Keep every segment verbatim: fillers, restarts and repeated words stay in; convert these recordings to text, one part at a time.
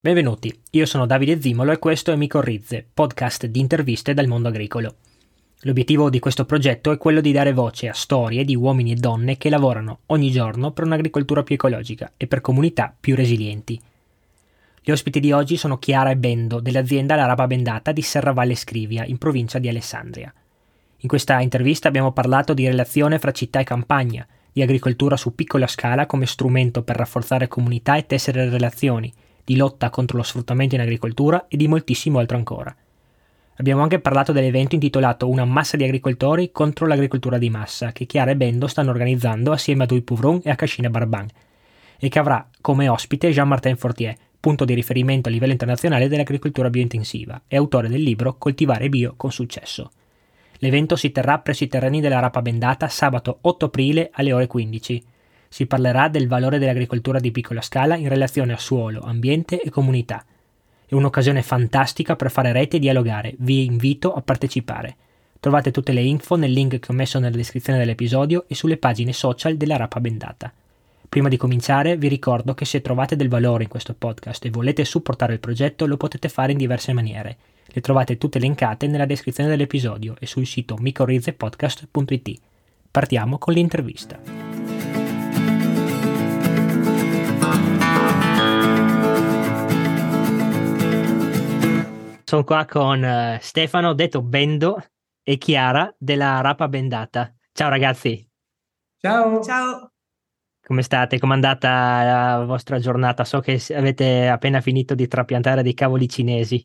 Benvenuti, io sono Davide Zimolo e questo è Micorrizze, podcast di interviste dal mondo agricolo. L'obiettivo di questo progetto è quello di dare voce a storie di uomini e donne che lavorano ogni giorno per un'agricoltura più ecologica e per comunità più resilienti. Gli ospiti di oggi sono Chiara e Bendo dell'azienda La Rapa Bendata di Serravalle Scrivia, in provincia di Alessandria. In questa intervista abbiamo parlato di relazione fra città e campagna, di agricoltura su piccola scala come strumento per rafforzare comunità e tessere relazioni, di lotta contro lo sfruttamento in agricoltura e di moltissimo altro ancora. Abbiamo anche parlato dell'evento intitolato Una massa di agricoltori contro l'agricoltura di massa che Chiara e Bendo stanno organizzando assieme a Dui Pouvron e a Cascina Barban e che avrà come ospite Jean-Martin Fortier, punto di riferimento a livello internazionale dell'agricoltura biointensiva e autore del libro Coltivare bio con successo. L'evento si terrà presso i terreni della Rapa Bendata sabato otto aprile alle ore quindici. Si parlerà del valore dell'agricoltura di piccola scala in relazione a suolo, ambiente e comunità. È un'occasione fantastica per fare rete e dialogare. Vi invito a partecipare. Trovate tutte le info nel link che ho messo nella descrizione dell'episodio e sulle pagine social della Rapa Bendata. Prima di cominciare vi ricordo che se trovate del valore in questo podcast e volete supportare il progetto lo potete fare in diverse maniere. Le trovate tutte elencate nella descrizione dell'episodio e sul sito micorrizzepodcast punto it. Partiamo con l'intervista. Sono qua con uh, Stefano, detto Bendo, e Chiara della Rapa Bendata. Ciao ragazzi. Ciao. Ciao. Come state? Com'è andata la vostra giornata? So che avete appena finito di trapiantare dei cavoli cinesi.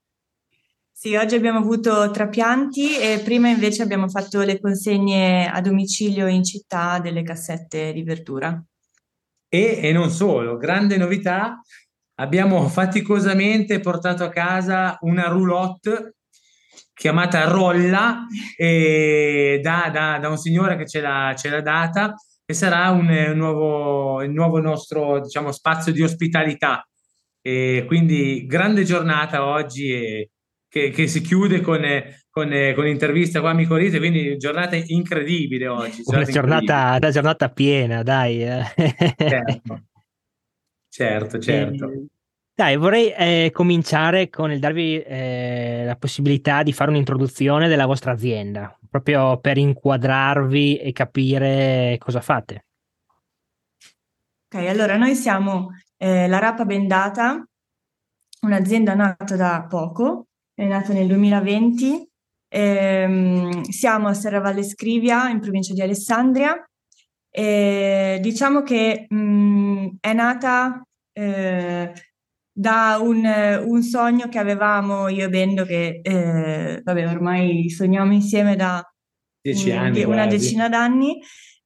Sì, oggi abbiamo avuto trapianti e prima invece abbiamo fatto le consegne a domicilio in città delle cassette di verdura. E, e non solo, grande novità, abbiamo faticosamente portato a casa una roulotte chiamata Rolla e da, da- da un signore che ce l'ha, ce l'ha data e sarà un, un nuovo, il nuovo nostro, diciamo, spazio di ospitalità. E quindi grande giornata oggi e che, che si chiude con, con, con l'intervista qua a Micorite, quindi giornata incredibile oggi, Una giornata incredibile. giornata, una giornata piena, dai. eh. Certo, certo, certo. Eh, Dai, vorrei eh, cominciare con il darvi eh, la possibilità di fare un'introduzione della vostra azienda, proprio per inquadrarvi e capire cosa fate. Ok, allora noi siamo eh, la Rapa Bendata, un'azienda nata da poco, è nata nel duemilaventi. Ehm, siamo a Serravalle Scrivia, in provincia di Alessandria. E diciamo che mh, è nata eh, da un, un sogno che avevamo io e Bendo, che eh, vabbè, ormai sogniamo insieme da Dieci un- anni di- una quasi. decina d'anni.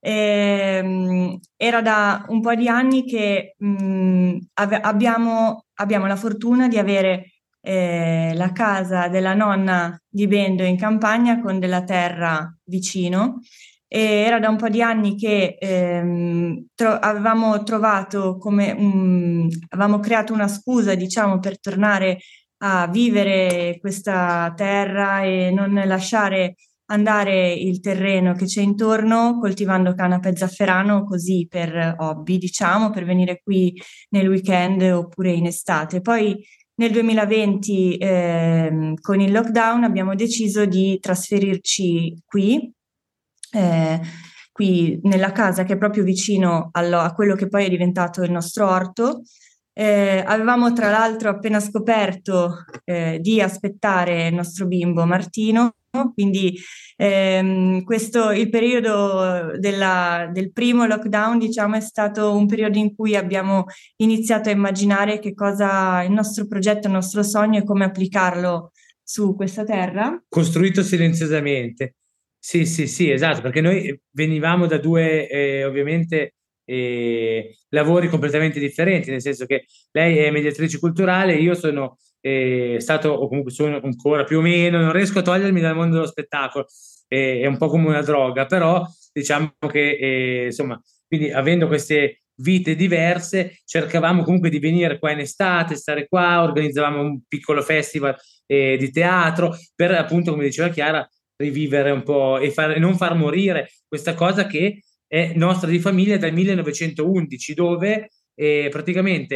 Ehm, era da un po' di anni che mh, ave- abbiamo, abbiamo la fortuna di avere eh, la casa della nonna di Bendo in campagna con della terra vicino. E era da un po' di anni che ehm, tro- avevamo trovato come un- avevamo creato una scusa, diciamo, per tornare a vivere questa terra e non lasciare andare il terreno che c'è intorno, coltivando canapa e zafferano così per hobby, diciamo, per venire qui nel weekend oppure in estate. Poi nel duemilaventi, ehm, con il lockdown, abbiamo deciso di trasferirci qui, eh, qui nella casa che è proprio vicino allo- a quello che poi è diventato il nostro orto. Eh, avevamo tra l'altro appena scoperto eh, di aspettare il nostro bimbo Martino, quindi ehm, questo, il periodo della- del primo lockdown, diciamo, è stato un periodo in cui abbiamo iniziato a immaginare che cosa il nostro progetto, il nostro sogno e come applicarlo su questa terra. Costruito silenziosamente. Sì, sì, sì, esatto, perché noi venivamo da due, eh, ovviamente, eh, lavori completamente differenti, nel senso che lei è mediatrice culturale, io sono eh, stato, o comunque sono ancora più o meno, non riesco a togliermi dal mondo dello spettacolo, eh, è un po' come una droga, però diciamo che, eh, insomma, quindi avendo queste vite diverse, cercavamo comunque di venire qua in estate, stare qua, organizzavamo un piccolo festival eh, di teatro per appunto, come diceva Chiara, rivivere un po' e far, non far morire questa cosa che è nostra di famiglia dal millenovecentoundici, dove eh, praticamente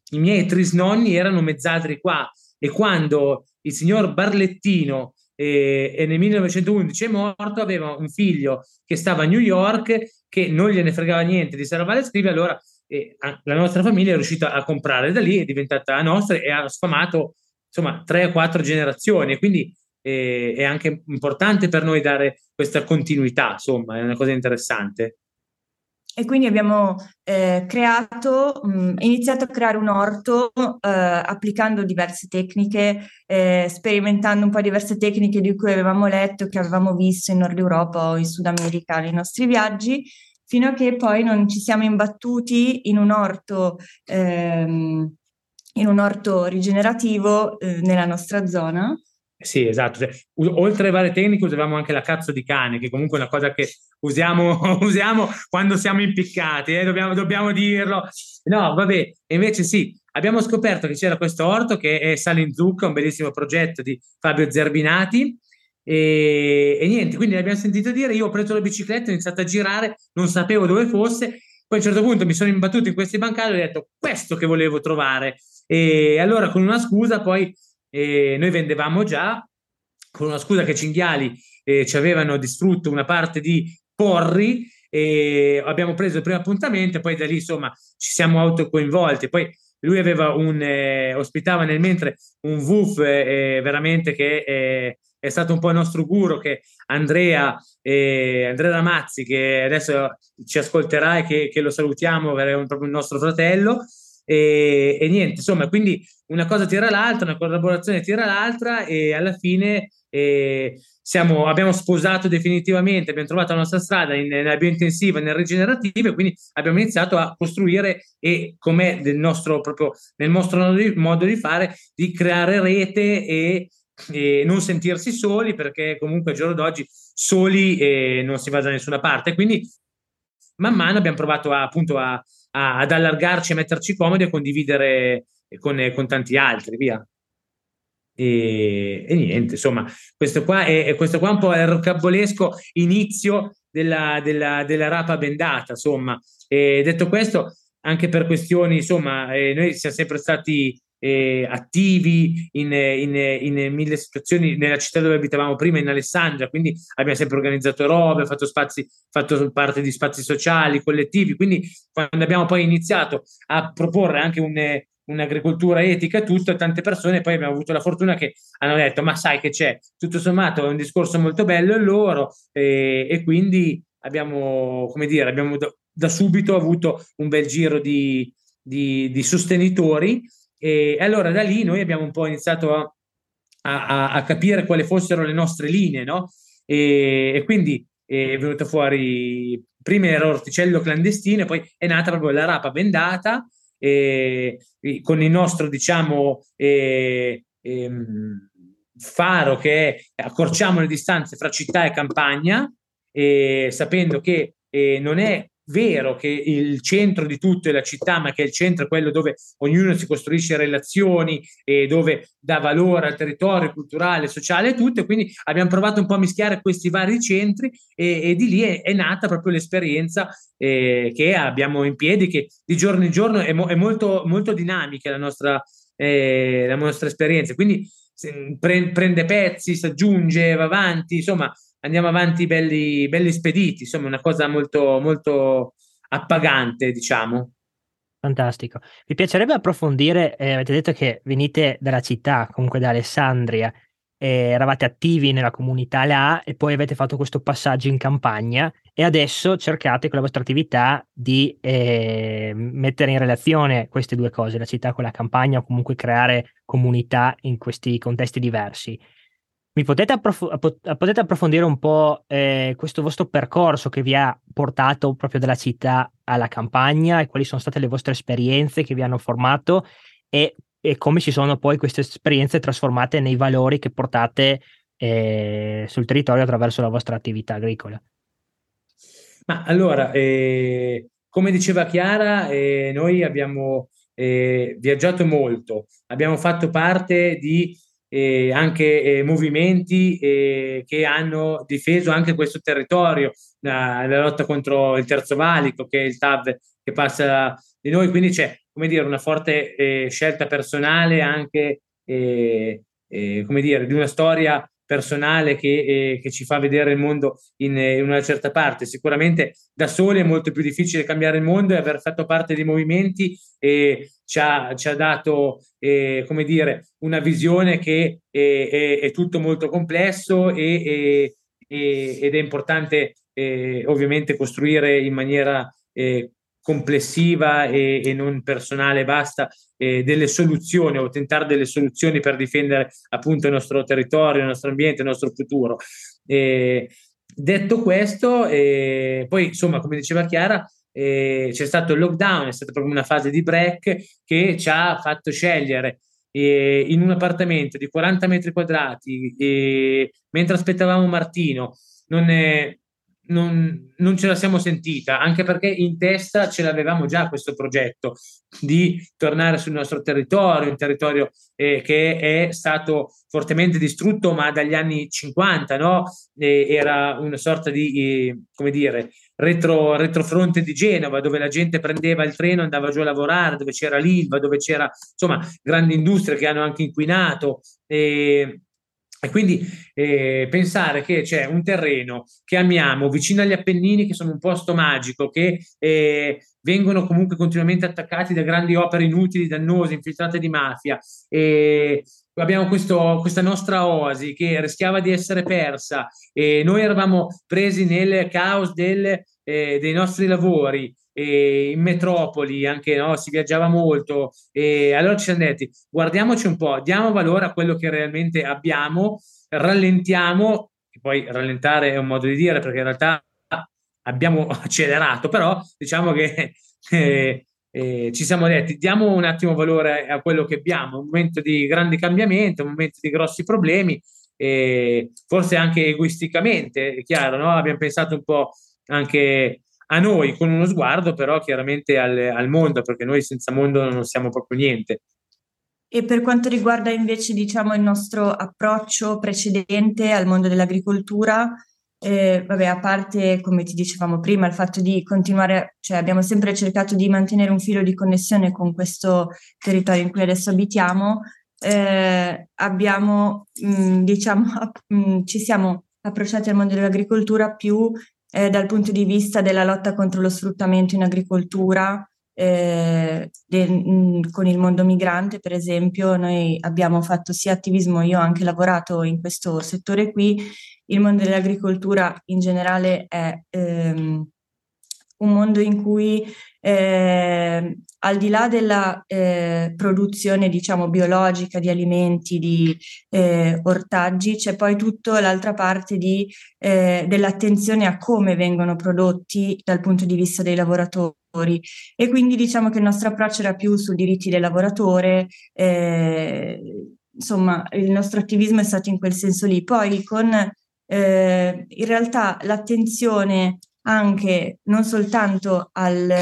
i miei trisnonni erano mezzadri qua, e quando il signor Barlettino eh, e nel millenovecentoundici è morto, aveva un figlio che stava a New York, che non gliene fregava niente di Serravalle Scrivia, allora eh, la nostra famiglia è riuscita a comprare da lì, è diventata nostra e ha sfamato insomma tre o quattro generazioni, e quindi eh, è anche importante per noi dare questa continuità, insomma, è una cosa interessante. E quindi abbiamo eh, creato, mh, iniziato a creare un orto eh, applicando diverse tecniche, eh, sperimentando un po' diverse tecniche di cui avevamo letto, che avevamo visto in Nord Europa o in Sud America nei nostri viaggi, fino a che poi non ci siamo imbattuti in un orto, ehm, in un orto rigenerativo eh, nella nostra zona. Sì, esatto. Cioè, u- oltre alle varie tecniche usavamo anche la cazzo di cane, che comunque è una cosa che usiamo, usiamo quando siamo impiccati, eh, dobbiamo, dobbiamo dirlo. No, vabbè, e invece sì, abbiamo scoperto che c'era questo orto che è Sale in Zucca, un bellissimo progetto di Fabio Zerbinati, e, e niente, quindi l'abbiamo sentito dire, io ho preso la bicicletta, ho iniziato a girare, non sapevo dove fosse, poi a un certo punto mi sono imbattuto in questi bancali e ho detto questo che volevo trovare. E allora con una scusa poi eh, noi vendevamo già, con una scusa che i cinghiali eh, ci avevano distrutto una parte di porri, e abbiamo preso il primo appuntamento e poi da lì insomma ci siamo autocoinvolti. Poi lui aveva un, eh, ospitava nel mentre un V U F eh, veramente che eh, è stato un po' il nostro guru, che Andrea, eh, Andrea Ramazzi, che adesso ci ascolterà e che, che lo salutiamo, è un, proprio il nostro fratello. E, e niente, insomma, quindi una cosa tira l'altra, una collaborazione tira l'altra, e alla fine eh, siamo, abbiamo sposato definitivamente, abbiamo trovato la nostra strada in, nella biointensiva e nel rigenerativo, e quindi abbiamo iniziato a costruire, e come del nostro, proprio nel nostro modo di, modo di fare, di creare rete e, e non sentirsi soli, perché comunque al giorno d'oggi soli eh, non si va da nessuna parte. Quindi man mano abbiamo provato a, appunto a, a, ad allargarci, a metterci comodi, a condividere con, con tanti altri, via. E, e niente, insomma, questo qua è, questo qua è un po' il rocambolesco inizio della, della, della rapa bendata, insomma. E detto questo, anche per questioni, insomma, eh, noi siamo sempre stati eh, attivi in, in, in mille situazioni nella città dove abitavamo prima, in Alessandria, quindi abbiamo sempre organizzato robe, fatto spazi, fatto parte di spazi sociali, collettivi, quindi quando abbiamo poi iniziato a proporre anche un, un'agricoltura etica e tutto, tante persone poi abbiamo avuto la fortuna che hanno detto ma sai che c'è, tutto sommato è un discorso molto bello loro, e, e quindi abbiamo, come dire, abbiamo da, da subito avuto un bel giro di, di, di sostenitori, e allora da lì noi abbiamo un po' iniziato a, a, a capire quali fossero le nostre linee, no? E, e quindi è venuto fuori, prima era Orticello Clandestino, e poi è nata proprio la rapa bendata, e, e con il nostro, diciamo, eh, ehm, faro, che è accorciamo le distanze fra città e campagna, eh, sapendo che eh, non è vero che il centro di tutto è la città, ma che il centro è quello dove ognuno si costruisce relazioni e dove dà valore al territorio culturale, sociale e tutto, e quindi abbiamo provato un po' a mischiare questi vari centri, e, e di lì è, è nata proprio l'esperienza eh, che abbiamo in piedi, che di giorno in giorno è, mo- è molto, molto dinamica la nostra, eh, la nostra esperienza, quindi se, pre- prende pezzi, si aggiunge, va avanti, insomma andiamo avanti belli, belli spediti, insomma, una cosa molto, molto appagante, diciamo. Fantastico. Mi piacerebbe approfondire, eh, avete detto che venite dalla città, comunque da Alessandria, e eravate attivi nella comunità là e poi avete fatto questo passaggio in campagna e adesso cercate con la vostra attività di eh, mettere in relazione queste due cose, la città con la campagna, o comunque creare comunità in questi contesti diversi. Mi potete, approf- appo- potete approfondire un po' eh, questo vostro percorso che vi ha portato proprio dalla città alla campagna, e quali sono state le vostre esperienze che vi hanno formato, e, e come si sono poi queste esperienze trasformate nei valori che portate eh, sul territorio attraverso la vostra attività agricola? Ma allora, eh, come diceva Chiara, eh, noi abbiamo eh, viaggiato molto, abbiamo fatto parte di eh, anche eh, movimenti eh, che hanno difeso anche questo territorio, la, la lotta contro il Terzo Valico, che è il T A V che passa di noi, quindi c'è come dire, una forte eh, scelta personale anche, eh, eh, come dire, di una storia personale che, eh, che ci fa vedere il mondo in, in una certa parte. Sicuramente da soli è molto più difficile cambiare il mondo, e aver fatto parte di movimenti eh, ci ha, ci ha dato, eh, come dire, una visione che è, è, è tutto molto complesso e, e, e, ed è importante eh, ovviamente costruire in maniera eh, complessiva e, e non personale basta eh, delle soluzioni, o tentare delle soluzioni per difendere appunto il nostro territorio, il nostro ambiente, il nostro futuro. Eh, detto questo, eh, poi insomma, come diceva Chiara, eh, c'è stato il lockdown, è stata proprio una fase di break che ci ha fatto scegliere eh, in un appartamento di quaranta metri quadrati, eh, mentre aspettavamo Martino, non, è, non, non ce la siamo sentita, anche perché in testa ce l'avevamo già questo progetto di tornare sul nostro territorio, un territorio eh, che è stato fortemente distrutto, ma dagli anni cinquanta, no? Eh, era una sorta di, eh, come dire, retro, retrofronte di Genova, dove la gente prendeva il treno e andava giù a lavorare, dove c'era l'Ilva, dove c'era, insomma, grandi industrie che hanno anche inquinato. Eh, e quindi eh, pensare che c'è un terreno che amiamo vicino agli Appennini, che sono un posto magico, che eh, vengono comunque continuamente attaccati da grandi opere inutili, dannose, infiltrate di mafia. E abbiamo questo, questa nostra oasi che rischiava di essere persa, e noi eravamo presi nel caos del, eh, dei nostri lavori. E in metropoli anche no, si viaggiava molto, e allora ci siamo detti guardiamoci un po', diamo valore a quello che realmente abbiamo, rallentiamo, che poi rallentare è un modo di dire perché in realtà abbiamo accelerato, però diciamo che eh, eh, ci siamo detti diamo un attimo valore a quello che abbiamo, un momento di grandi cambiamenti, un momento di grossi problemi, e forse anche egoisticamente, è chiaro, no? Abbiamo pensato un po' anche a noi con uno sguardo, però chiaramente al, al mondo, perché noi senza mondo non siamo proprio niente. E per quanto riguarda invece, diciamo, il nostro approccio precedente al mondo dell'agricoltura, eh, vabbè, a parte, come ti dicevamo prima, il fatto di continuare, cioè abbiamo sempre cercato di mantenere un filo di connessione con questo territorio in cui adesso abitiamo, eh, abbiamo, mh, diciamo, mh, ci siamo approcciati al mondo dell'agricoltura più eh, dal punto di vista della lotta contro lo sfruttamento in agricoltura. Eh, de, mh, con il mondo migrante, per esempio, noi abbiamo fatto sia attivismo, io ho anche lavorato in questo settore qui. Il mondo dell'agricoltura in generale è ehm, un mondo in cui eh, al di là della eh, produzione, diciamo, biologica di alimenti, di eh, ortaggi, c'è poi tutta l'altra parte di, eh, dell'attenzione a come vengono prodotti dal punto di vista dei lavoratori. E quindi diciamo che il nostro approccio era più sui diritti del lavoratore, eh, insomma il nostro attivismo è stato in quel senso lì. Poi con eh, in realtà l'attenzione anche non soltanto al,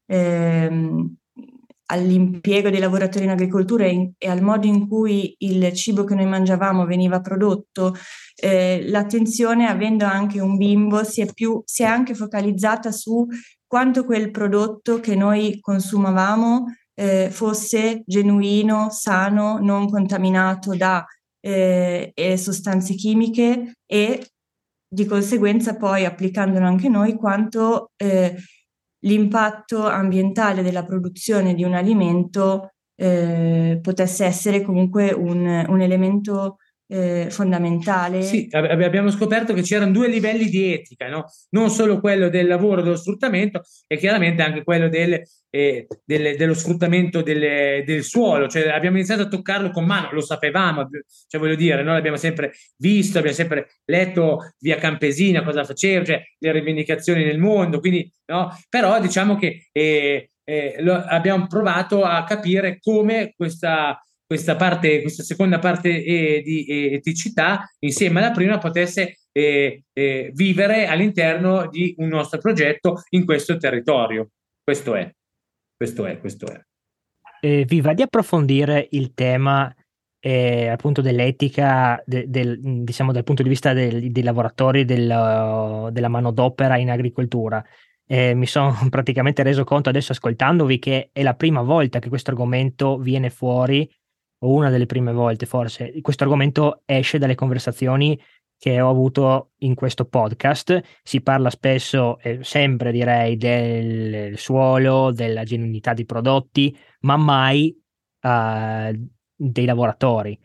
ehm, all'impiego dei lavoratori in agricoltura e, in, e al modo in cui il cibo che noi mangiavamo veniva prodotto, eh, l'attenzione, avendo anche un bimbo, si è, più, si è anche focalizzata su quanto quel prodotto che noi consumavamo eh, fosse genuino, sano, non contaminato da eh, sostanze chimiche, e di conseguenza poi applicandolo anche noi quanto eh, l'impatto ambientale della produzione di un alimento eh, potesse essere comunque un, un elemento eh, fondamentale. Sì, abbiamo scoperto che c'erano due livelli di etica, no? Non solo quello del lavoro, dello sfruttamento, e chiaramente anche quello del, eh, del, dello sfruttamento del, del suolo. Cioè, abbiamo iniziato a toccarlo con mano, lo sapevamo, cioè voglio dire, noi l'abbiamo sempre visto, abbiamo sempre letto via Campesina cosa faceva, cioè le rivendicazioni nel mondo, quindi, no? Però diciamo che eh, eh, lo, abbiamo provato a capire come questa questa parte, questa seconda parte eh, di eh, eticità insieme alla prima potesse eh, eh, vivere all'interno di un nostro progetto in questo territorio. Questo è, questo è, questo è. Eh, vi va di approfondire il tema eh, appunto dell'etica, de, del, diciamo dal punto di vista del, dei lavoratori del, della manodopera in agricoltura? eh, mi sono praticamente reso conto adesso ascoltandovi che è la prima volta che questo argomento viene fuori, o una delle prime volte forse, questo argomento esce dalle conversazioni che ho avuto in questo podcast. Si parla spesso, eh, sempre direi, del suolo, della genuinità dei prodotti, ma mai eh, dei lavoratori.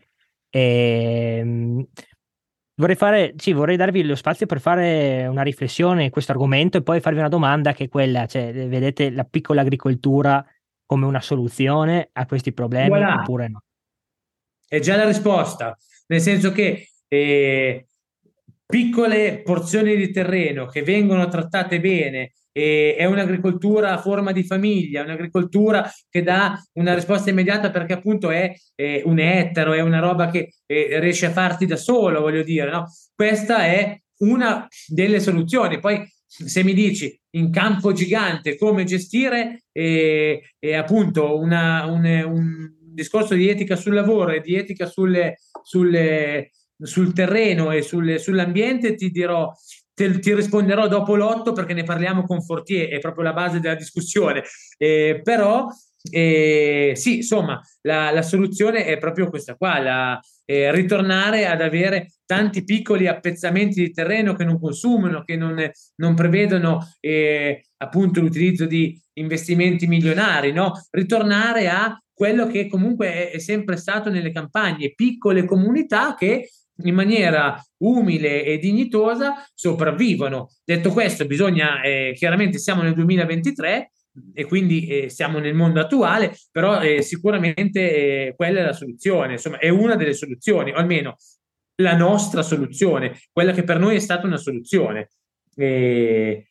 E, vorrei fare, sì, vorrei darvi lo spazio per fare una riflessione su questo argomento e poi farvi una domanda che è quella, cioè, vedete la piccola agricoltura come una soluzione a questi problemi Voilà, oppure no? è già la risposta, nel senso che eh, piccole porzioni di terreno che vengono trattate bene, eh, è un'agricoltura a forma di famiglia, un'agricoltura che dà una risposta immediata perché appunto è eh, un ettaro, è una roba che eh, riesce a farti da solo, voglio dire, no? Questa è una delle soluzioni. Poi se mi dici in campo gigante come gestire, eh, è appunto una, un, un discorso di etica sul lavoro e di etica sulle, sulle, sul terreno e sulle, sull'ambiente, ti dirò, te, ti risponderò dopo l'otto perché ne parliamo con Fortier, è proprio la base della discussione. Eh, però eh, sì, insomma, la, la soluzione è proprio questa qua, la, eh, ritornare ad avere tanti piccoli appezzamenti di terreno che non consumano, che non, non prevedono eh, appunto l'utilizzo di investimenti milionari, no? Ritornare a quello che comunque è, è sempre stato nelle campagne, piccole comunità che in maniera umile e dignitosa sopravvivono. Detto questo, bisogna, eh, chiaramente siamo nel duemilaventitré e quindi eh, siamo nel mondo attuale, però eh, sicuramente eh, quella è la soluzione, insomma è una delle soluzioni, o almeno la nostra soluzione, quella che per noi è stata una soluzione. E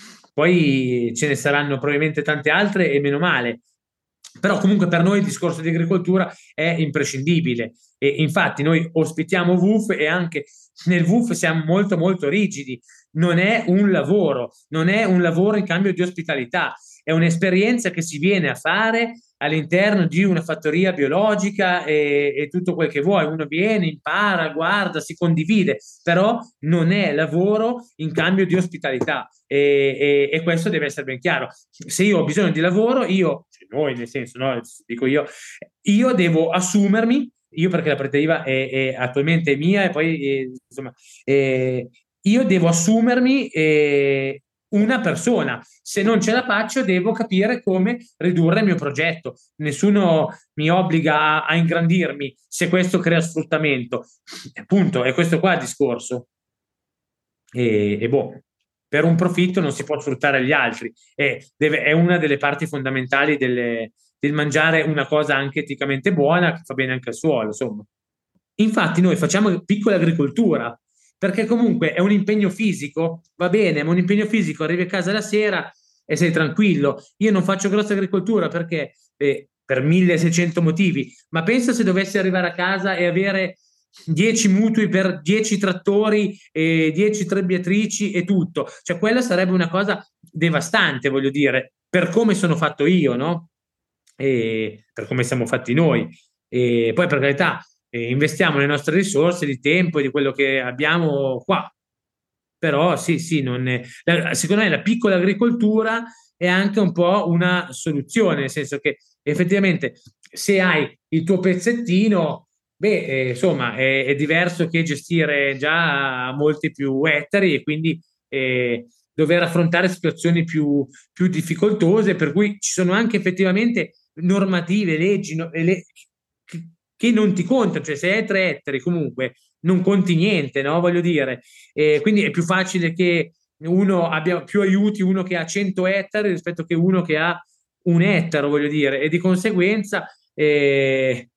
poi ce ne saranno probabilmente tante altre e meno male, però comunque per noi il discorso di agricoltura è imprescindibile e infatti noi ospitiamo V U F e anche nel V U F siamo molto molto rigidi, non è un lavoro, non è un lavoro in cambio di ospitalità, è un'esperienza che si viene a fare all'interno di una fattoria biologica e, e tutto quel che vuoi, uno viene, impara, guarda, si condivide, però non è lavoro in cambio di ospitalità e, e, e questo deve essere ben chiaro. Se io ho bisogno di lavoro, io, cioè noi nel senso, no, dico io, io devo assumermi, io perché la partita I V A è, è attualmente è mia e poi eh, insomma, eh, io devo assumermi eh, una persona, se non ce la faccio devo capire come ridurre il mio progetto, nessuno mi obbliga a, a ingrandirmi se questo crea sfruttamento, appunto è questo qua il discorso e, e boh, per un profitto non si può sfruttare gli altri e deve, è una delle parti fondamentali delle, del mangiare una cosa anche eticamente buona che fa bene anche al suolo, insomma. Infatti noi facciamo piccola agricoltura perché comunque è un impegno fisico, va bene, ma un impegno fisico, arrivi a casa la sera e sei tranquillo. Io non faccio grossa agricoltura perché eh, per milleseicento motivi, ma pensa se dovessi arrivare a casa e avere dieci mutui per dieci trattori e dieci trebbiatrici e tutto, cioè quella sarebbe una cosa devastante, voglio dire, per come sono fatto io, no? E per come siamo fatti noi. E poi per carità eh, investiamo le nostre risorse di tempo e di quello che abbiamo qua. Però sì, sì, non è, la, secondo me la piccola agricoltura è anche un po' una soluzione, nel senso che effettivamente se hai il tuo pezzettino, beh, eh, insomma, è, è diverso che gestire già molti più ettari e quindi eh, dover affrontare situazioni più, più difficoltose, per cui ci sono anche effettivamente normative, leggi no, le, che, che non ti contano, cioè se hai tre ettari comunque non conti niente, no? Voglio dire, eh, quindi è più facile che uno abbia più aiuti, uno che ha cento ettari rispetto che uno che ha un ettaro, voglio dire, e di conseguenza eh,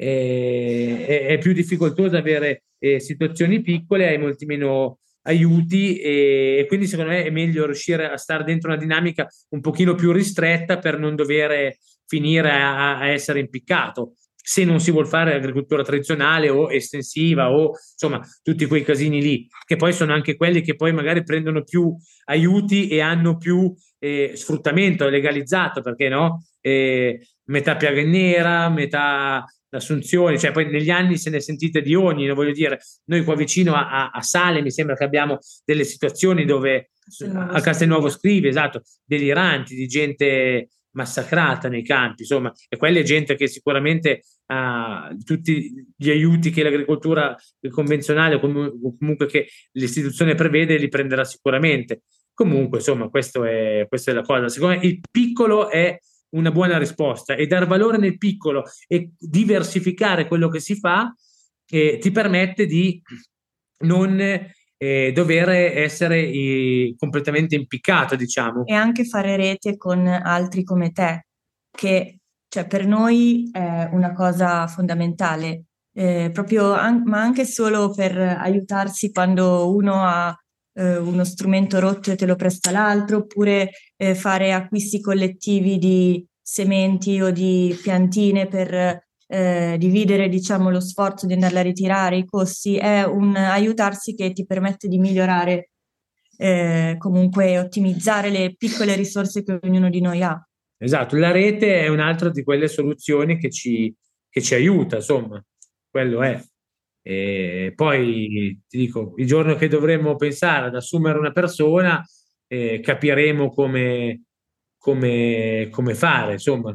eh, è, è più difficoltoso avere eh, situazioni piccole, hai molti meno aiuti e, e quindi secondo me è meglio riuscire a stare dentro una dinamica un pochino più ristretta per non dover finire a, a essere impiccato se non si vuol fare agricoltura tradizionale o estensiva o insomma tutti quei casini lì, che poi sono anche quelli che poi magari prendono più aiuti e hanno più eh, sfruttamento legalizzato, perché no? Eh, metà piaga nera, metà assunzioni, cioè poi negli anni se ne sentite di ogni, no? Voglio dire, noi qua vicino a, a Sale mi sembra che abbiamo delle situazioni dove Castelnuovo a Castelnuovo Scrivia. Scrivia, esatto, deliranti, di gente massacrata nei campi, insomma, e quella è gente che sicuramente ha tutti gli aiuti che l'agricoltura convenzionale o com- o comunque che l'istituzione prevede li prenderà sicuramente. Comunque, insomma, questo è, questa è la cosa. Secondo me il piccolo è una buona risposta e dar valore nel piccolo e diversificare quello che si fa eh, ti permette di non eh, dover essere eh, completamente impiccato, diciamo. E anche fare rete con altri come te, che cioè, per noi è una cosa fondamentale, eh, proprio an- ma anche solo per aiutarsi quando uno ha eh, uno strumento rotto e te lo presta l'altro, oppure eh, fare acquisti collettivi di sementi o di piantine per eh, dividere, diciamo, lo sforzo di andarla a ritirare, i costi, è un aiutarsi che ti permette di migliorare, eh, comunque ottimizzare le piccole risorse che ognuno di noi ha. Esatto, la rete è un'altra di quelle soluzioni che ci, che ci aiuta, insomma, quello è. E poi ti dico, il giorno che dovremmo pensare ad assumere una persona, eh, capiremo come, come, come fare, insomma.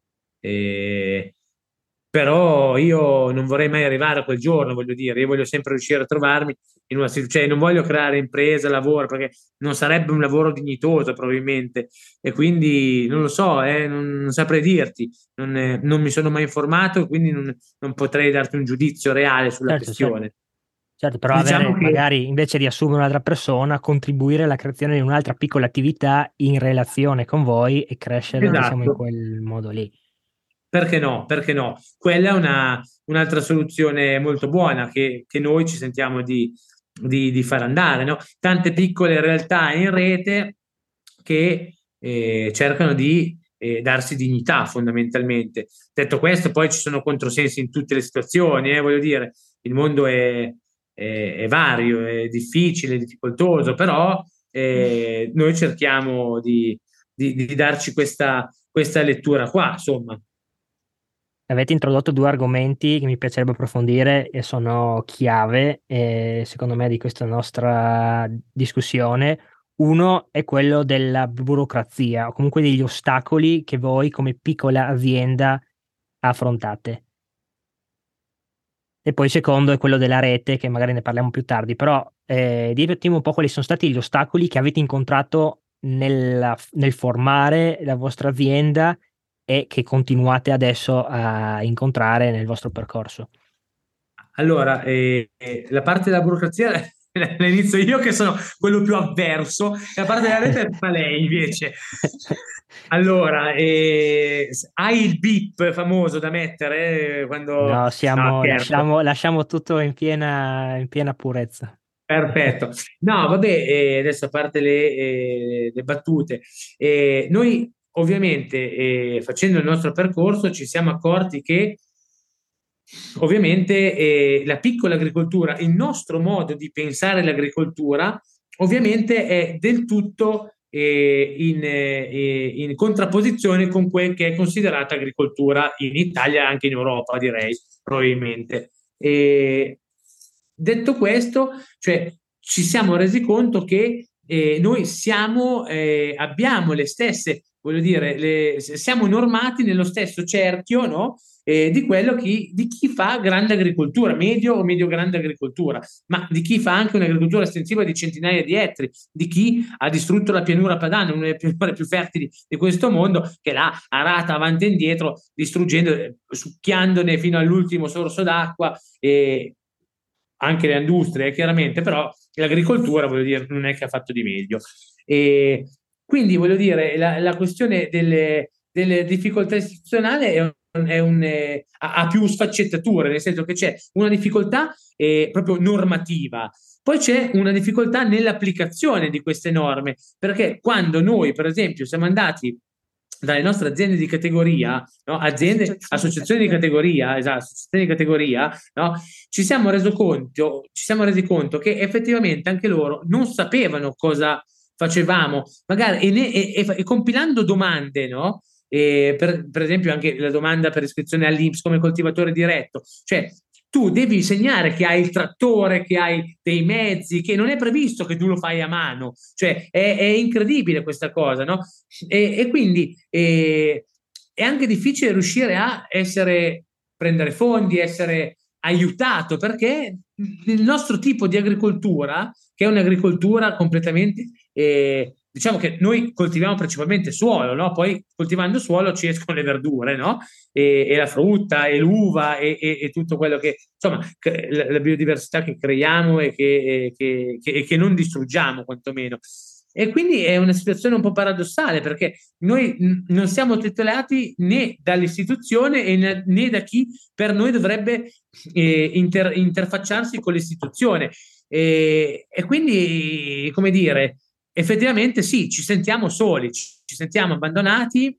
E- Però io non vorrei mai arrivare a quel giorno, voglio dire, io voglio sempre riuscire a trovarmi in una situazione, cioè non voglio creare impresa, lavoro, perché non sarebbe un lavoro dignitoso probabilmente e quindi non lo so, eh, non, non saprei dirti, non, eh, non mi sono mai informato e quindi non, non potrei darti un giudizio reale sulla Certo, certo. questione. Certo, però Diciamo avere, che magari invece di assumere un'altra persona, contribuire alla creazione di un'altra piccola attività in relazione con voi e crescere, diciamo, in esatto, quel modo lì. perché no? Perché no? Quella è una, un'altra soluzione molto buona che, che noi ci sentiamo di, di, di far andare, no? Tante piccole realtà in rete che eh, cercano di eh, darsi dignità fondamentalmente. Detto questo, poi ci sono controsensi in tutte le situazioni, eh, voglio dire, il mondo è, è- è vario, è difficile, è difficoltoso, però eh, noi cerchiamo di, di- di darci questa, questa lettura qua, insomma. Avete introdotto due argomenti che mi piacerebbe approfondire e sono chiave, eh, secondo me, di questa nostra discussione. Uno è quello della burocrazia o comunque degli ostacoli che voi come piccola azienda affrontate. E poi il secondo è quello della rete, che magari ne parliamo più tardi, però eh, ditemi un po' quali sono stati gli ostacoli che avete incontrato nella- nel formare la vostra azienda e che continuate adesso a incontrare nel vostro percorso. Allora, eh, eh, la parte della burocrazia la inizio io che sono quello più avverso, e la parte della rete fa lei invece. Allora, eh, hai il beep famoso da mettere eh, quando... No, No, siamo, scherzo. lasciamo, lasciamo tutto in piena, in piena purezza. Perfetto. No, vabbè, eh, adesso a parte le, eh, le battute, eh, noi ovviamente eh, facendo il nostro percorso ci siamo accorti che ovviamente eh, la piccola agricoltura, il nostro modo di pensare l'agricoltura, ovviamente è del tutto eh, in, eh, in contrapposizione con quel che è considerata agricoltura in Italia e anche in Europa, direi, probabilmente. E detto questo, cioè, ci siamo resi conto che eh, noi siamo, eh, abbiamo le stesse, voglio dire, le, siamo normati nello stesso cerchio, no? Eh, di quello chi, di chi fa grande agricoltura, medio o medio-grande agricoltura, ma di chi fa anche un'agricoltura estensiva di centinaia di ettari, di chi ha distrutto la pianura padana, una delle pianure più fertili di questo mondo, che l'ha arata avanti e indietro, distruggendo, eh, succhiandone fino all'ultimo sorso d'acqua, e anche le industrie, chiaramente, però l'agricoltura, voglio dire, non è che ha fatto di meglio. E quindi, voglio dire, la, la questione delle, delle difficoltà istituzionali è un, è un, eh, ha, ha più sfaccettature, nel senso che c'è una difficoltà eh, proprio normativa, poi c'è una difficoltà nell'applicazione di queste norme, perché quando noi, per esempio, siamo andati dalle nostre aziende di categoria, no? Aziende, associazioni, associazioni di categoria, esatto, associazioni di categoria, no? Ci siamo reso conto, ci siamo resi conto che effettivamente anche loro non sapevano cosa facevamo, magari e, ne, e, e, e compilando domande, no? E per, per esempio anche la domanda per iscrizione all'I N P S come coltivatore diretto, cioè tu devi insegnare che hai il trattore, che hai dei mezzi, che non è previsto che tu lo fai a mano, cioè è, è incredibile questa cosa, no? E, e quindi eh, è anche difficile riuscire a essere, prendere fondi, essere aiutato, perché il nostro tipo di agricoltura, che è un'agricoltura completamente, eh, diciamo che noi coltiviamo principalmente suolo, no? Poi coltivando suolo ci escono le verdure, no? E, e la frutta e l'uva e, e, e tutto quello che, insomma, la, la biodiversità che creiamo e che, che, che, che non distruggiamo quantomeno. E quindi è una situazione un po' paradossale, perché noi n- non siamo tutelati né dall'istituzione e ne- né da chi per noi dovrebbe eh, inter- interfacciarsi con l'istituzione. E, e quindi, come dire, effettivamente sì, ci sentiamo soli, ci, ci sentiamo abbandonati,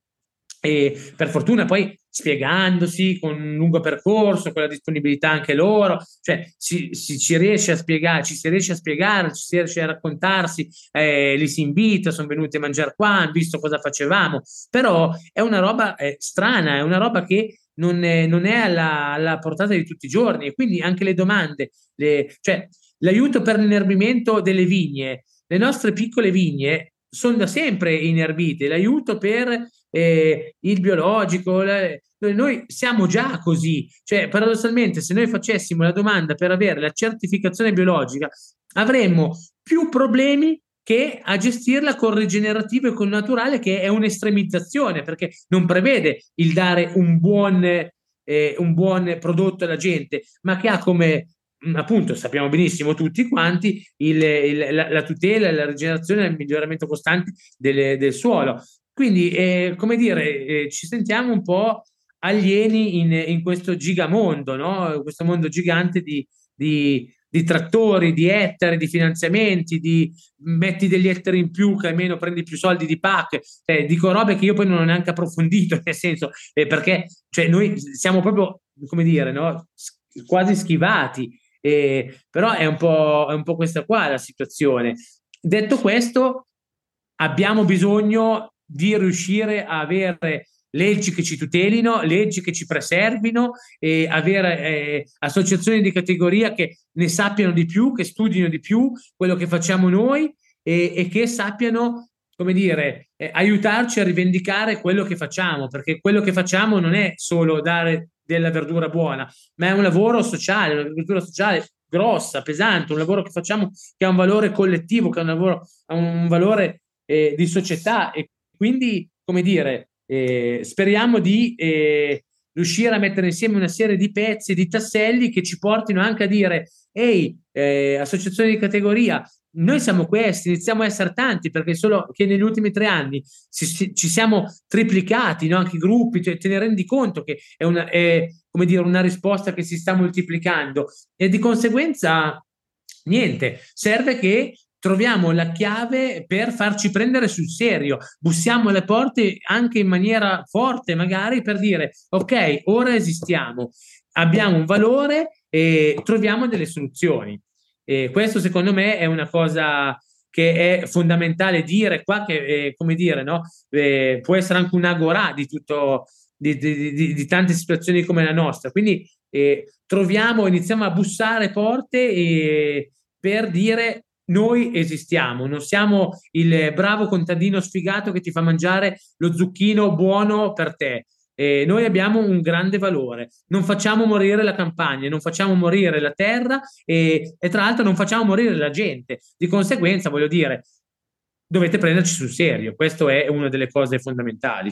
e per fortuna poi spiegandosi con un lungo percorso, con la disponibilità anche loro, cioè si, si, ci riesce a spiegare, ci si riesce a spiegare, ci si riesce a raccontarsi, eh, li si invita, sono venuti a mangiare qua, hanno visto cosa facevamo, però è una roba eh, strana, è una roba che non è, non è alla, alla, portata di tutti i giorni, e quindi anche le domande, le, cioè l'aiuto per l'inerbimento delle vigne, le nostre piccole vigne sono da sempre inerbite, l'aiuto per eh, il biologico, la, noi siamo già così, cioè paradossalmente se noi facessimo la domanda per avere la certificazione biologica avremmo più problemi che a gestirla con rigenerativo e con naturale, che è un'estremizzazione, perché non prevede il dare un buon, eh, un buon prodotto alla gente, ma che ha come, appunto, sappiamo benissimo tutti quanti, il, il, la, la tutela, la rigenerazione e il miglioramento costante del, del suolo. Quindi, eh, come dire, eh, ci sentiamo un po' alieni in, in questo gigamondo, no? Questo mondo gigante di, di, di trattori, di ettari, di finanziamenti, di metti degli ettari in più che almeno prendi più soldi di P A C, eh, dico robe che io poi non ho neanche approfondito, nel senso, eh, perché cioè, noi siamo proprio, come dire, no? Quasi schivati, eh, però è un po', è un po' questa qua la situazione. Detto questo, abbiamo bisogno di riuscire a avere leggi che ci tutelino, leggi che ci preservino, e avere eh, associazioni di categoria che ne sappiano di più, che studino di più quello che facciamo noi, e, e che sappiano, come dire, eh, aiutarci a rivendicare quello che facciamo, perché quello che facciamo non è solo dare della verdura buona, ma è un lavoro sociale, un'agricoltura sociale grossa, pesante, un lavoro che facciamo che ha un valore collettivo, che ha un, lavoro, ha un valore eh, di società, e quindi, come dire, eh, speriamo di eh, riuscire a mettere insieme una serie di pezzi, di tasselli che ci portino anche a dire: ehi, eh, associazioni di categoria, noi siamo questi, iniziamo a essere tanti, perché solo che negli ultimi tre anni ci, ci siamo triplicati, no? Anche i gruppi, cioè, te ne rendi conto che è una, è, come dire, una risposta che si sta moltiplicando, e di conseguenza niente, serve che troviamo la chiave per farci prendere sul serio, bussiamo alle porte anche in maniera forte, magari, per dire: ok, ora esistiamo, abbiamo un valore e troviamo delle soluzioni. E questo secondo me è una cosa che è fondamentale dire qua, che eh, come dire, no? Eh, può essere anche un agorà di tutto, di, di, di, di tante situazioni come la nostra, quindi eh, troviamo, iniziamo a bussare porte e, per dire: noi esistiamo, non siamo il bravo contadino sfigato che ti fa mangiare lo zucchino buono per te. Eh, noi abbiamo un grande valore, non facciamo morire la campagna, non facciamo morire la terra, e, e tra l'altro non facciamo morire la gente. Di conseguenza, voglio dire, dovete prenderci sul serio, questo è una delle cose fondamentali.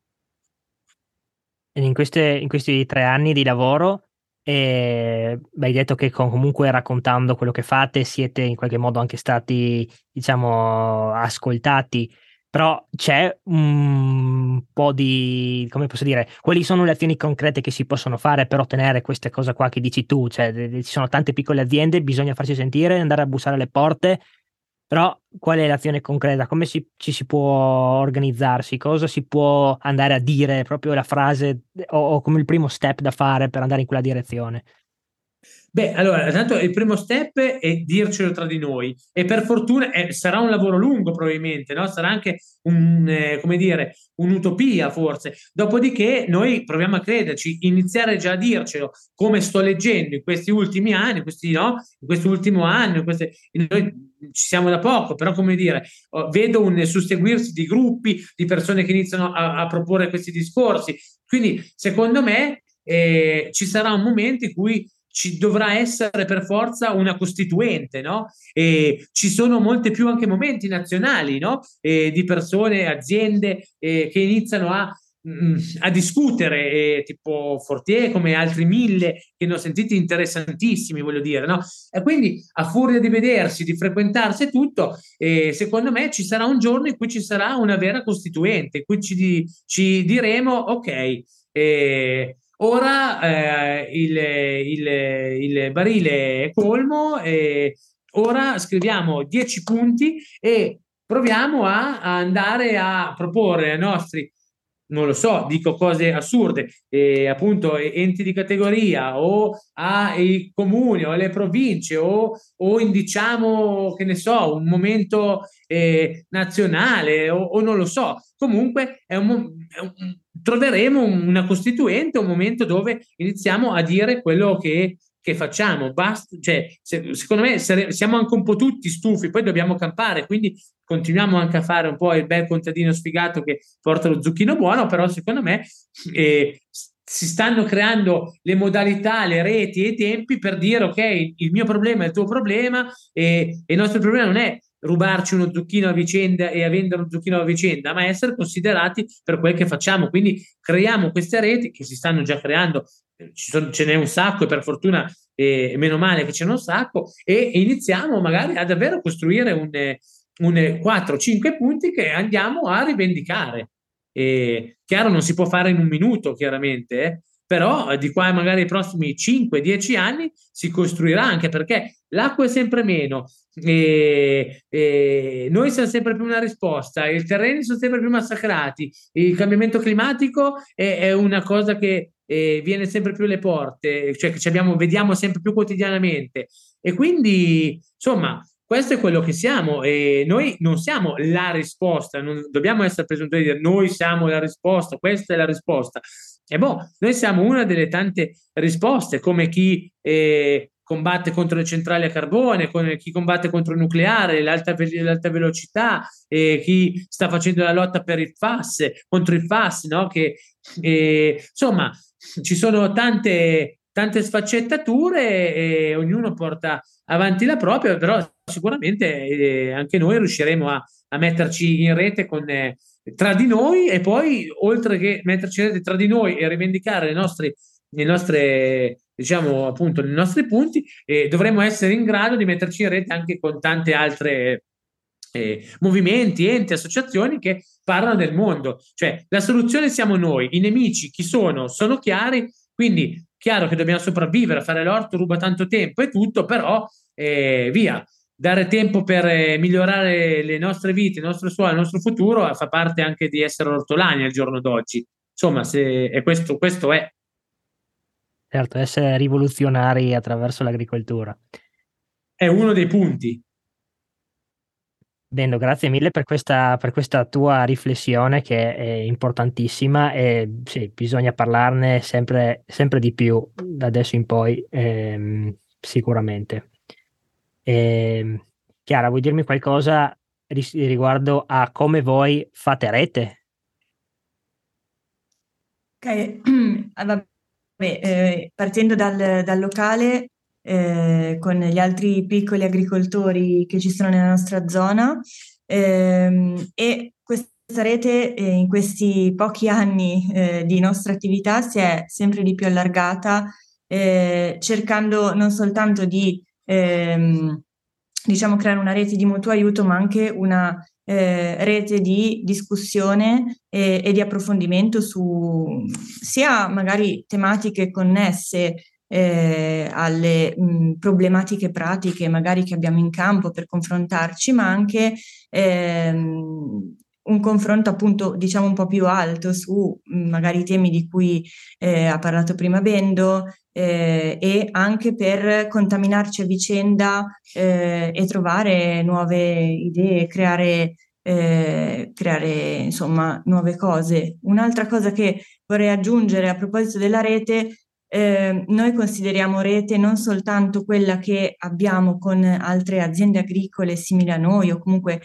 In, queste, in questi tre anni di lavoro, eh, beh, hai detto che comunque raccontando quello che fate siete in qualche modo anche stati, diciamo, ascoltati, però c'è un po' di, come posso dire, quali sono le azioni concrete che si possono fare per ottenere queste cose qua che dici tu? Cioè, ci sono tante piccole aziende, bisogna farsi sentire, andare a bussare alle porte. Però qual è l'azione concreta? Come si, ci si può organizzarsi? Cosa si può andare a dire, proprio la frase o, o come il primo step da fare per andare in quella direzione? Beh, allora, tanto il primo step è dircelo tra di noi e per fortuna eh, sarà un lavoro lungo probabilmente, no? Sarà anche un, eh, come dire, un'utopia forse. Dopodiché noi proviamo a crederci, iniziare già a dircelo, come sto leggendo in questi ultimi anni, questi, no? In questo ultimo anno, in queste- noi ci siamo da poco, però come dire, oh, vedo un susseguirsi di gruppi, di persone che iniziano a, a proporre questi discorsi. Quindi, secondo me, eh, ci sarà un momento in cui ci dovrà essere per forza una costituente, no? E ci sono molti più anche momenti nazionali, no? E di persone, aziende eh, che iniziano a, mh, a discutere, eh, tipo Fortier, come altri mille che ne ho sentiti interessantissimi, voglio dire, no? E quindi a furia di vedersi, di frequentarsi e tutto, eh, secondo me ci sarà un giorno in cui ci sarà una vera costituente, in cui ci, di, ci diremo, ok, eh, ora eh, il, il, il barile è colmo, e ora scriviamo dieci punti e proviamo a, a andare a proporre ai nostri, non lo so, dico cose assurde, eh, appunto enti di categoria o ai comuni o alle province o, o in, diciamo, che ne so, un momento eh, nazionale o, o non lo so. Comunque è un, è un, troveremo una costituente, un momento dove iniziamo a dire quello che, che facciamo. Basta, cioè, se, secondo me sare, siamo anche un po' tutti stufi, poi dobbiamo campare, quindi continuiamo anche a fare un po' il bel contadino sfigato che porta lo zucchino buono, però secondo me eh, si stanno creando le modalità, le reti e i tempi per dire ok, il mio problema è il tuo problema e, e il nostro problema non è rubarci uno zucchino a vicenda e a vendere uno zucchino a vicenda, ma essere considerati per quel che facciamo. Quindi creiamo queste reti che si stanno già creando, ci sono, ce n'è un sacco e per fortuna eh, meno male che ce n'è un sacco e, e iniziamo magari a davvero costruire un, un quattro cinque punti che andiamo a rivendicare. E, chiaro, non si può fare in un minuto, chiaramente, eh, però di qua magari ai prossimi cinque dieci anni si costruirà, anche perché l'acqua è sempre meno, e, e noi siamo sempre più una risposta, i terreni sono sempre più massacrati, il cambiamento climatico è, è una cosa che eh, viene sempre più alle porte, cioè che ci abbiamo, vediamo sempre più quotidianamente e quindi insomma questo è quello che siamo e noi non siamo la risposta, non dobbiamo essere presuntuosi di dire noi siamo la risposta, questa è la risposta. E boh, noi siamo una delle tante risposte, come chi eh, combatte contro le centrali a carbone, con chi combatte contro il nucleare, l'alta, l'alta velocità, eh, chi sta facendo la lotta per il F A S, contro il F A S, no? Che, eh, insomma, ci sono tante, tante sfaccettature e ognuno porta avanti la propria, però sicuramente eh, anche noi riusciremo a, a metterci in rete con, eh, tra di noi e poi oltre che metterci in rete tra di noi e rivendicare le nostre, le nostre diciamo appunto i nostri punti, eh, dovremo essere in grado di metterci in rete anche con tante altre eh, movimenti, enti, associazioni che parlano del mondo. Cioè la soluzione siamo noi, i nemici chi sono? Sono chiari, quindi chiaro che dobbiamo sopravvivere, fare l'orto ruba tanto tempo e tutto, però eh, via, dare tempo per eh, migliorare le nostre vite, il nostro suolo, il nostro futuro fa parte anche di essere ortolani al giorno d'oggi. Insomma, se, è questo, questo è. Certo, essere rivoluzionari attraverso l'agricoltura. È uno dei punti. Bene, grazie mille per questa, per questa tua riflessione che è importantissima e sì, bisogna parlarne sempre, sempre di più da adesso in poi, ehm, sicuramente. E, Chiara, vuoi dirmi qualcosa ris- riguardo a come voi fate rete? Ok, ah, vabbè, eh, partendo dal, dal locale, eh, con gli altri piccoli agricoltori che ci sono nella nostra zona, ehm, e questa rete eh, in questi pochi anni eh, di nostra attività si è sempre di più allargata, eh, cercando non soltanto di ehm, diciamo creare una rete di mutuo aiuto, ma anche una eh, rete di discussione e, e di approfondimento su sia magari tematiche connesse eh, alle mh, problematiche pratiche magari che abbiamo in campo per confrontarci, ma anche ehm, un confronto appunto diciamo un po' più alto su mh, magari i temi di cui eh, ha parlato prima Bendo, eh, e anche per contaminarci a vicenda eh, e trovare nuove idee, creare, eh, creare insomma nuove cose. Un'altra cosa che vorrei aggiungere a proposito della rete: eh, noi consideriamo rete non soltanto quella che abbiamo con altre aziende agricole simili a noi o comunque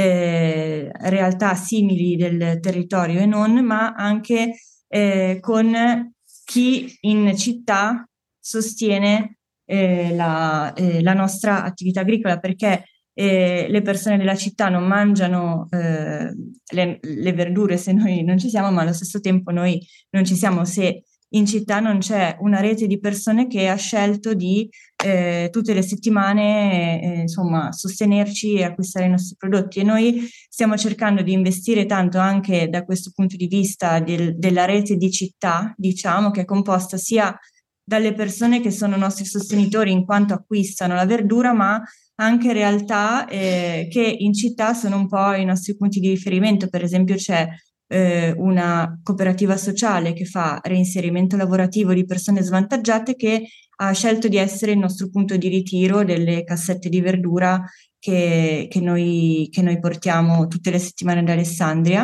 eh, realtà simili del territorio e non, ma anche eh, con chi in città sostiene eh, la, eh, la nostra attività agricola, perché eh, le persone della città non mangiano eh, le, le verdure se noi non ci siamo, ma allo stesso tempo noi non ci siamo se in città non c'è una rete di persone che ha scelto di eh, tutte le settimane eh, insomma sostenerci e acquistare i nostri prodotti, e noi stiamo cercando di investire tanto anche da questo punto di vista del, della rete di città, diciamo, che è composta sia dalle persone che sono nostri sostenitori in quanto acquistano la verdura, ma anche realtà eh, che in città sono un po' i nostri punti di riferimento. Per esempio c'è eh, una cooperativa sociale che fa reinserimento lavorativo di persone svantaggiate, che ha scelto di essere il nostro punto di ritiro delle cassette di verdura che, che, noi, che noi portiamo tutte le settimane ad Alessandria.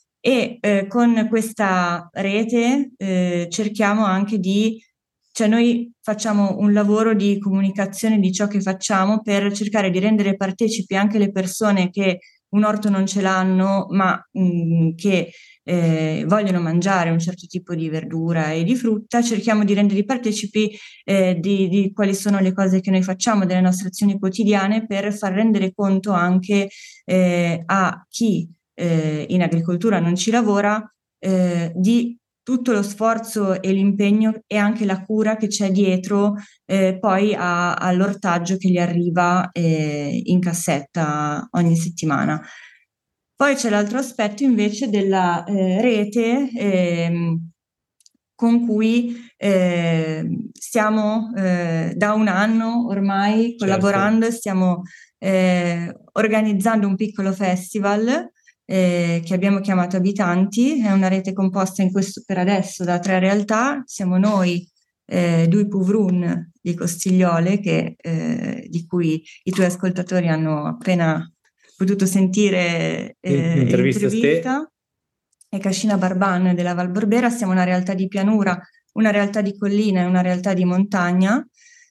E eh, con questa rete eh, cerchiamo anche di, cioè noi facciamo un lavoro di comunicazione di ciò che facciamo per cercare di rendere partecipi anche le persone che un orto non ce l'hanno, ma mh, che eh, vogliono mangiare un certo tipo di verdura e di frutta. Cerchiamo di renderli partecipi eh, di, di quali sono le cose che noi facciamo, delle nostre azioni quotidiane, per far rendere conto anche eh, a chi eh, in agricoltura non ci lavora eh, di tutto lo sforzo e l'impegno e anche la cura che c'è dietro eh, poi a, all'ortaggio che gli arriva eh, in cassetta ogni settimana. Poi c'è l'altro aspetto invece della eh, rete ehm, con cui eh, stiamo eh, da un anno ormai collaborando, certo. Stiamo eh, organizzando un piccolo festival eh, che abbiamo chiamato Abitanti. È una rete composta in questo, per adesso, da tre realtà. Siamo noi, eh, Dui Puvrun di Costigliole, che, eh, di cui i tuoi ascoltatori hanno appena potuto sentire eh, l'intervista, l'intervista, e Cascina Barban della Val Borbera. Siamo una realtà di pianura, una realtà di collina e una realtà di montagna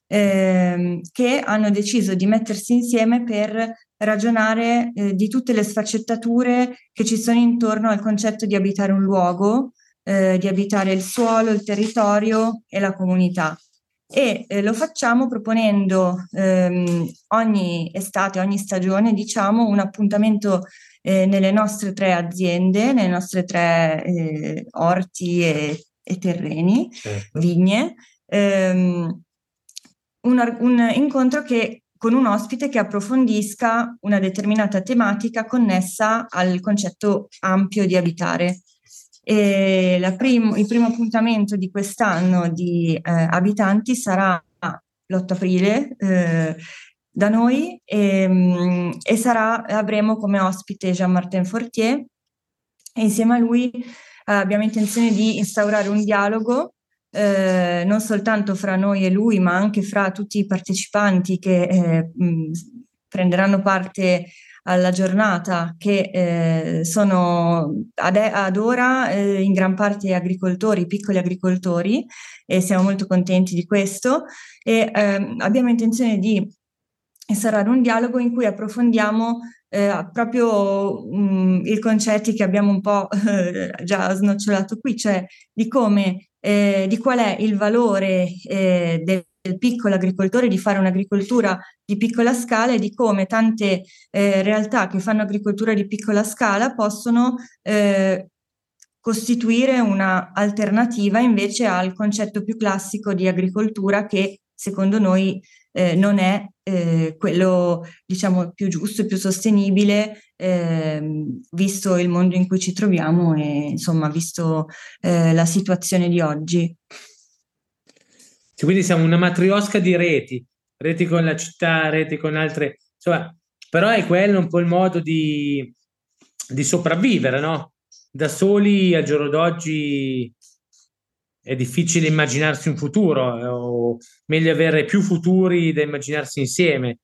ehm, che hanno deciso di mettersi insieme per ragionare eh, di tutte le sfaccettature che ci sono intorno al concetto di abitare un luogo, eh, di abitare il suolo, il territorio e la comunità. E eh, lo facciamo proponendo ehm, ogni estate, ogni stagione, diciamo, un appuntamento eh, nelle nostre tre aziende, nelle nostre tre eh, orti e, e terreni, certo. Vigne, ehm, un, un incontro che con un ospite che approfondisca una determinata tematica connessa al concetto ampio di abitare. E la prim- il primo appuntamento di quest'anno di eh, Abitanti sarà l'otto aprile eh, da noi e, e sarà, avremo come ospite Jean-Martin Fortier, e insieme a lui eh, abbiamo intenzione di instaurare un dialogo eh, non soltanto fra noi e lui, ma anche fra tutti i partecipanti che eh, mh, prenderanno parte alla giornata, che eh, sono ad, ad ora eh, in gran parte agricoltori, piccoli agricoltori, e siamo molto contenti di questo. E eh, abbiamo intenzione di instaurare un dialogo in cui approfondiamo eh, proprio mh, i concetti che abbiamo un po' eh, già snocciolato qui, cioè di come, eh, di qual è il valore eh, del del piccolo agricoltore, di fare un'agricoltura di piccola scala, e di come tante eh, realtà che fanno agricoltura di piccola scala possono eh, costituire una alternativa invece al concetto più classico di agricoltura, che secondo noi eh, non è eh, quello, diciamo, più giusto e più sostenibile, eh, visto il mondo in cui ci troviamo e insomma visto eh, la situazione di oggi. Quindi siamo una matriosca di reti, reti con la città, reti con altre, insomma, però è quello un po' il modo di, di sopravvivere, no? Da soli al giorno d'oggi è difficile immaginarsi un futuro, eh, o meglio avere più futuri da immaginarsi insieme.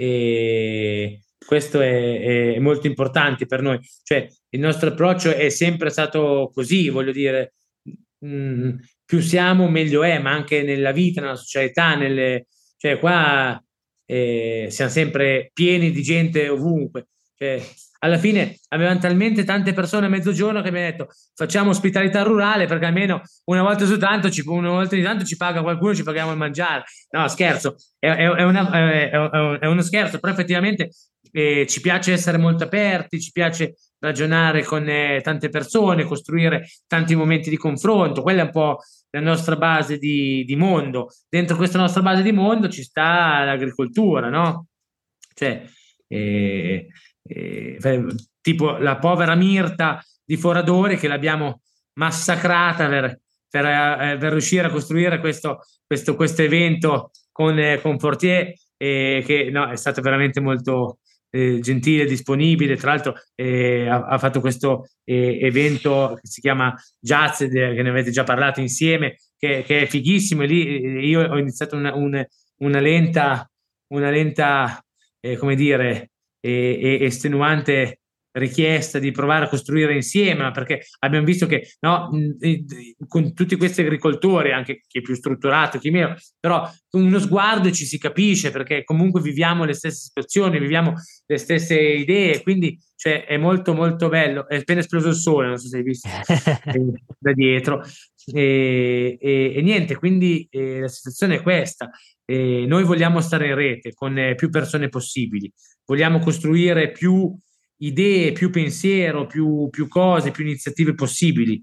E questo è, è molto importante per noi. Cioè, il nostro approccio è sempre stato così, voglio dire, mh, più siamo, meglio è, ma anche nella vita, nella società, nelle, cioè qua eh, siamo sempre pieni di gente ovunque. Cioè, alla fine avevano talmente tante persone a mezzogiorno che mi hanno detto facciamo ospitalità rurale perché almeno una volta su tanto ci, una volta di tanto ci paga qualcuno, ci paghiamo il mangiare. No, scherzo, è, è, è, una, è, è uno scherzo, però effettivamente eh, ci piace essere molto aperti, ci piace ragionare con eh, tante persone, costruire tanti momenti di confronto. Quella è un po' la nostra base di, di mondo. Dentro questa nostra base di mondo ci sta l'agricoltura, no? Cioè, eh, eh, tipo la povera Mirta di Foradori che l'abbiamo massacrata per, per, eh, per riuscire a costruire questo, questo, questo evento con, eh, con Fortier, eh, che no, è stato veramente molto eh, gentile, disponibile. Tra l'altro eh, ha, ha fatto questo eh, evento che si chiama Jazz, eh, che ne avete già parlato insieme, che, che è fighissimo. E lì eh, io ho iniziato una, una, una lenta, una lenta eh, come dire, e, e estenuante richiesta di provare a costruire insieme, perché abbiamo visto che no, con tutti questi agricoltori, anche chi è più strutturato, chi meno, però con uno sguardo ci si capisce, perché comunque viviamo le stesse situazioni, viviamo le stesse idee, quindi cioè, è molto molto bello. È appena esploso il sole, non so se hai visto da dietro, e, e, e niente, quindi eh, la situazione è questa. Eh, noi vogliamo stare in rete con eh, più persone possibili, vogliamo costruire più idee, più pensiero, più, più cose, più iniziative possibili.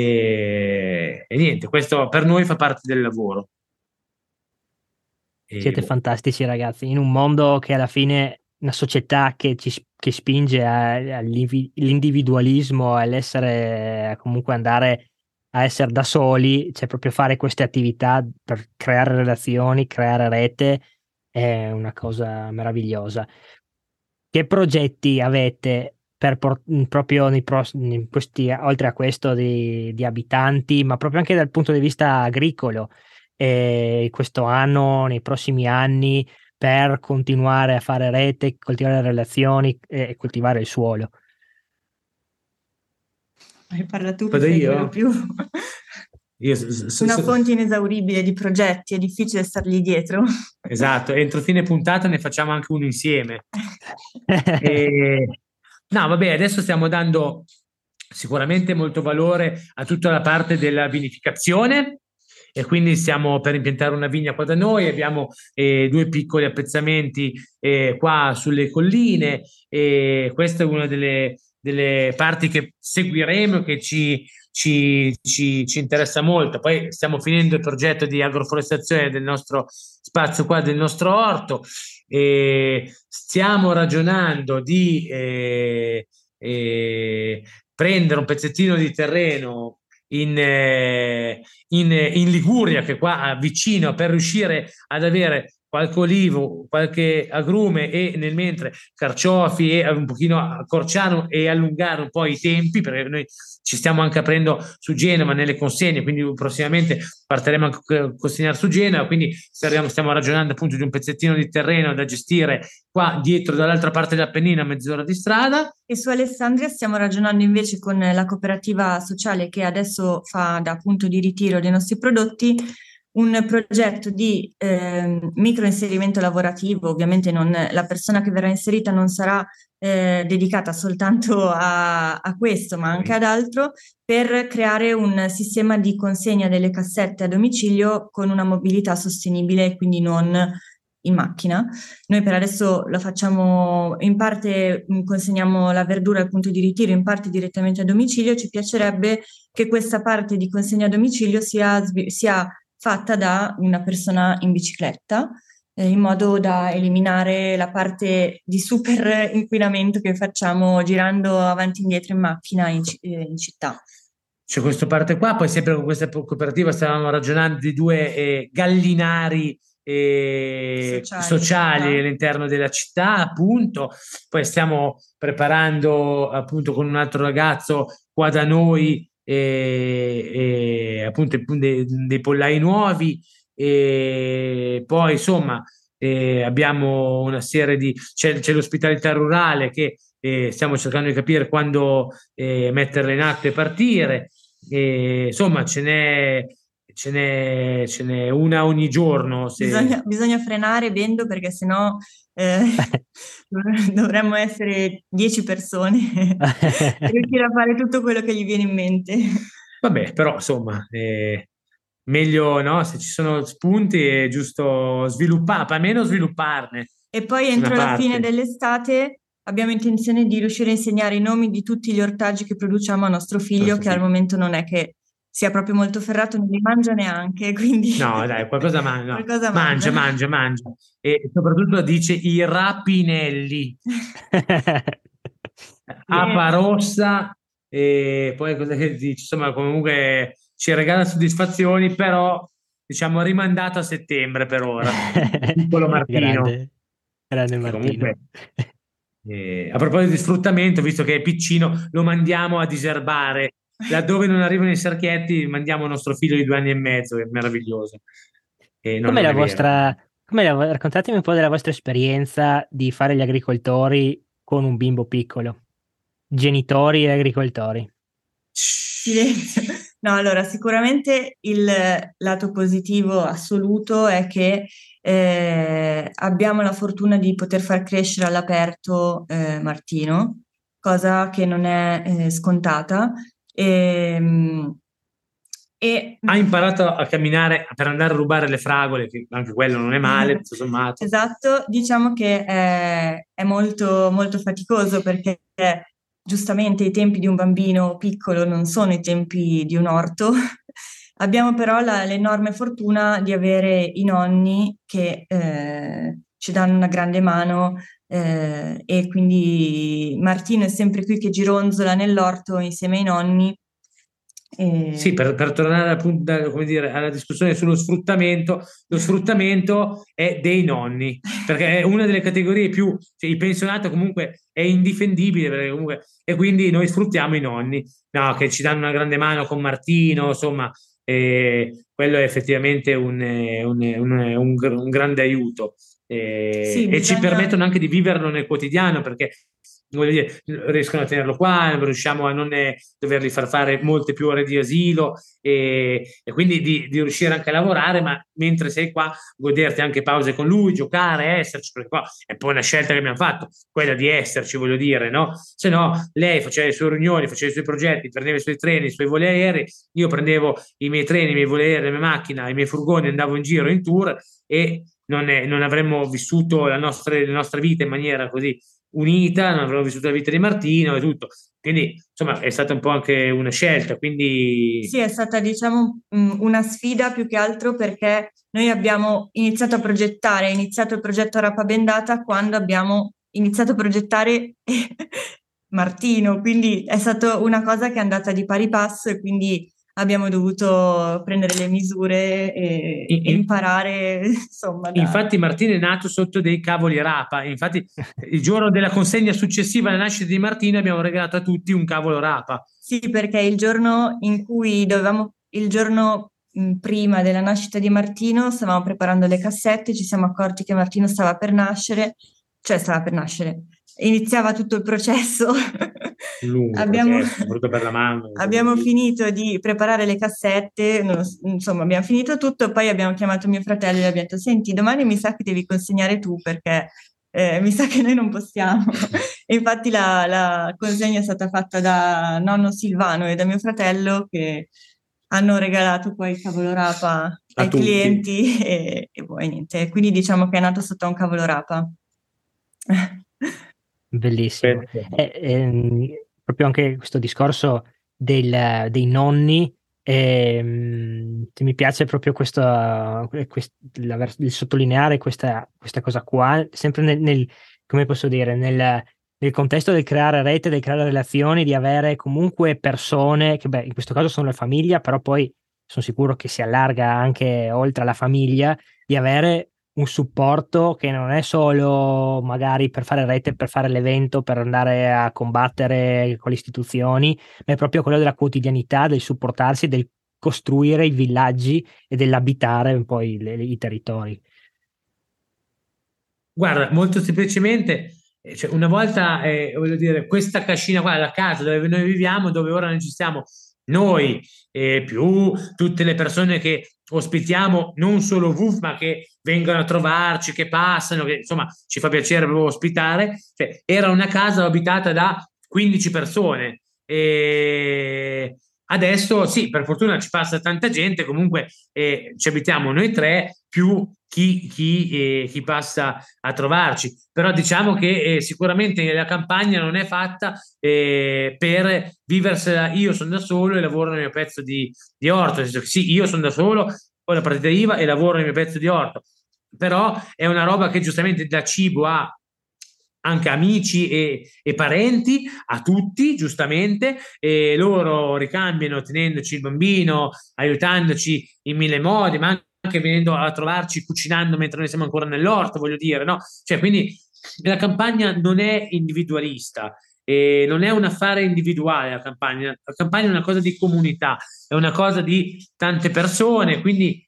E, e niente, questo per noi fa parte del lavoro. E, Siete fantastici ragazzi, in un mondo che alla fine, una società che ci che spinge all'individualismo, all'essere comunque andare a essere da soli, cioè proprio fare queste attività per creare relazioni, creare rete, è una cosa meravigliosa. Che progetti avete per por- proprio nei prossimi, in questi, oltre a questo di, di abitanti, ma proprio anche dal punto di vista agricolo, eh, questo anno, nei prossimi anni, per continuare a fare rete, coltivare relazioni e coltivare il suolo? Hai parlato tu, Vado sei io? quello più... Io so, so, Una so, fonte inesauribile di progetti, è difficile stargli dietro. Esatto, entro fine puntata ne facciamo anche uno insieme. E, no, vabbè, adesso stiamo dando sicuramente molto valore a tutta la parte della vinificazione e quindi stiamo per impiantare una vigna qua da noi, abbiamo eh, due piccoli appezzamenti eh, qua sulle colline e questa è una delle, delle parti che seguiremo, che ci, ci, ci, ci interessa molto. Poi stiamo finendo il progetto di agroforestazione del nostro spazio qua, del nostro orto, e stiamo ragionando di eh, eh, prendere un pezzettino di terreno in, eh, in, in Liguria, che è qua vicino, per riuscire ad avere qualche olivo, qualche agrume e nel mentre carciofi e un pochino accorciare e allungare un po' i tempi, perché noi ci stiamo anche aprendo su Genova nelle consegne, quindi prossimamente partiremo anche a consegnare su Genova, quindi stiamo, stiamo ragionando appunto di un pezzettino di terreno da gestire qua dietro dall'altra parte dell'Appennino a mezz'ora di strada. E su Alessandria stiamo ragionando invece con la cooperativa sociale che adesso fa da punto di ritiro dei nostri prodotti un progetto di eh, microinserimento lavorativo. Ovviamente non, la persona che verrà inserita non sarà eh, dedicata soltanto a, a questo, ma anche ad altro, per creare un sistema di consegna delle cassette a domicilio con una mobilità sostenibile e quindi non in macchina. Noi per adesso la facciamo in parte, consegniamo la verdura al punto di ritiro, in parte direttamente a domicilio. Ci piacerebbe che questa parte di consegna a domicilio sia, sia fatta da una persona in bicicletta, eh, in modo da eliminare la parte di super inquinamento che facciamo girando avanti e indietro in macchina in, eh, in città. C'è questa parte qua, poi sempre con questa cooperativa stavamo ragionando di due eh, gallinari eh, sociali, sociali all'interno della città, appunto. Poi stiamo preparando appunto con un altro ragazzo qua da noi e, e appunto dei, dei pollai nuovi, e poi insomma eh, abbiamo una serie di c'è, c'è l'ospitalità rurale che eh, stiamo cercando di capire quando eh, metterla in atto e partire. E, insomma ce n'è ce n'è ce n'è una ogni giorno se... Bisogna, bisogna frenare, Bendo, perché sennò eh, dovremmo essere dieci persone per riuscire a fare tutto quello che gli viene in mente. Vabbè, però insomma, eh, meglio, no? Se ci sono spunti è giusto sviluppare, almeno svilupparne E poi una entro la parte. fine dell'estate abbiamo intenzione di riuscire a insegnare i nomi di tutti gli ortaggi che produciamo a nostro figlio, Nostro che al figlio. momento non è che sia proprio molto ferrato, non li mangia neanche, quindi No, dai, qualcosa, man- no. qualcosa mangia, mangia. mangia, mangia. E soprattutto dice i rapinelli, apa rossa, e poi cosa che dice? Insomma, comunque ci regala soddisfazioni, però diciamo rimandato a settembre per ora. Piccolo Martino. Grande, grande E Martino. comunque, eh, a proposito di sfruttamento, visto che è piccino, lo mandiamo a diserbare. Laddove non arrivano i cerchietti, mandiamo il nostro figlio di due anni e mezzo, che è meraviglioso. E no, Com'è non la è vero. vostra, com'è la- raccontatemi un po' della vostra esperienza di fare gli agricoltori con un bimbo piccolo, genitori e agricoltori. Silenzio. No, allora, sicuramente il lato positivo assoluto è che eh, abbiamo la fortuna di poter far crescere all'aperto eh, Martino, cosa che non è eh, scontata. E, e Ha imparato a camminare per andare a rubare le fragole, che anche quello non è male, tutto sommato. Esatto, diciamo che è, è molto, molto faticoso perché giustamente i tempi di un bambino piccolo non sono i tempi di un orto. Abbiamo però la- l'enorme fortuna di avere i nonni che eh, ci danno una grande mano eh, e quindi Martino è sempre qui che gironzola nell'orto insieme ai nonni. E... Sì, per, per tornare appunto, come dire, alla discussione sullo sfruttamento, lo sfruttamento è dei nonni, perché è una delle categorie più, cioè il pensionato comunque è indifendibile, perché comunque, e quindi noi sfruttiamo i nonni, no, che ci danno una grande mano con Martino, insomma, eh, quello è effettivamente un, eh, un, un, un, un grande aiuto. Eh, Sì, e ci bisogna... permettono anche di viverlo nel quotidiano, perché voglio dire, riescono a tenerlo qua, riusciamo a non eh, dovergli far fare molte più ore di asilo, e, e quindi di, di riuscire anche a lavorare, ma mentre sei qua goderti anche pause con lui, giocare, esserci, perché qua è un po' una scelta che abbiamo fatto, quella di esserci, voglio dire, no? Se no, lei faceva le sue riunioni, faceva i suoi progetti, prendeva i suoi treni, i suoi voli aerei, io prendevo i miei treni, i miei voli aerei, la mia macchina, i miei furgoni, andavo in giro in tour e non, è, non avremmo vissuto la nostra, la nostra vita in maniera così unita, non avremmo vissuto la vita di Martino e tutto. Quindi, insomma, è stata un po' anche una scelta. Quindi... Sì, è stata, diciamo, mh, una sfida più che altro perché noi abbiamo iniziato a progettare, è iniziato il progetto Rapa Bendata quando abbiamo iniziato a progettare Martino, quindi è stata una cosa che è andata di pari passo e quindi abbiamo dovuto prendere le misure e, in, e in, imparare, insomma, da... Infatti Martino è nato sotto dei cavoli rapa, infatti il giorno della consegna successiva alla nascita di Martino abbiamo regalato a tutti un cavolo rapa. Sì, perché il giorno in cui dovevamo, il giorno mh, prima della nascita di Martino, stavamo preparando le cassette, ci siamo accorti che Martino stava per nascere, cioè stava per nascere, iniziava tutto il processo. Lungo Abbiamo, processo, soprattutto per la mamma. abbiamo finito di preparare le cassette, non lo so, insomma abbiamo finito tutto, poi abbiamo chiamato mio fratello e gli abbiamo detto, senti, domani mi sa che devi consegnare tu perché eh, mi sa che noi non possiamo. E infatti la, la consegna è stata fatta da nonno Silvano e da mio fratello che hanno regalato poi il cavolo rapa A ai tutti. clienti e, e poi niente. Quindi diciamo che è nato sotto un cavolo rapa. Bellissimo. Perfetto. E, ehm, proprio anche questo discorso del- dei nonni, ehm, che mi piace proprio questo, eh, quest- l'aver- il sottolineare questa, questa cosa qua, sempre nel, nel- come posso dire, nel, nel contesto del creare rete, del creare relazioni, di avere comunque persone, che beh, in questo caso sono la famiglia, però poi sono sicuro che si allarga anche oltre alla famiglia, di avere un supporto che non è solo magari per fare rete, per fare l'evento, per andare a combattere con le istituzioni, ma è proprio quello della quotidianità, del supportarsi, del costruire i villaggi e dell'abitare poi le- i territori. Guarda, molto semplicemente, eh, cioè, una volta, eh, voglio dire, questa cascina qua, la casa dove noi viviamo, dove ora noi ci stiamo noi, eh, più tutte le persone che ospitiamo, non solo W U F, ma che vengono a trovarci, che passano, che insomma ci fa piacere proprio ospitare, cioè, era una casa abitata da quindici persone. E adesso sì, per fortuna ci passa tanta gente, comunque eh, ci abitiamo noi tre, più chi, chi, eh, chi passa a trovarci. Però diciamo che eh, sicuramente la campagna non è fatta eh, per viversela. Io sono da solo e lavoro nel mio pezzo di, di orto. Nel senso che sì, io sono da solo, ho la partita I V A e lavoro nel mio pezzo di orto. Però è una roba che giustamente dà cibo a anche amici e, e parenti, a tutti, giustamente, e loro ricambiano tenendoci il bambino, aiutandoci in mille modi, ma anche venendo a trovarci cucinando mentre noi siamo ancora nell'orto, voglio dire, no? Cioè, quindi la campagna non è individualista, e non è un affare individuale la campagna, la campagna è una cosa di comunità, è una cosa di tante persone, quindi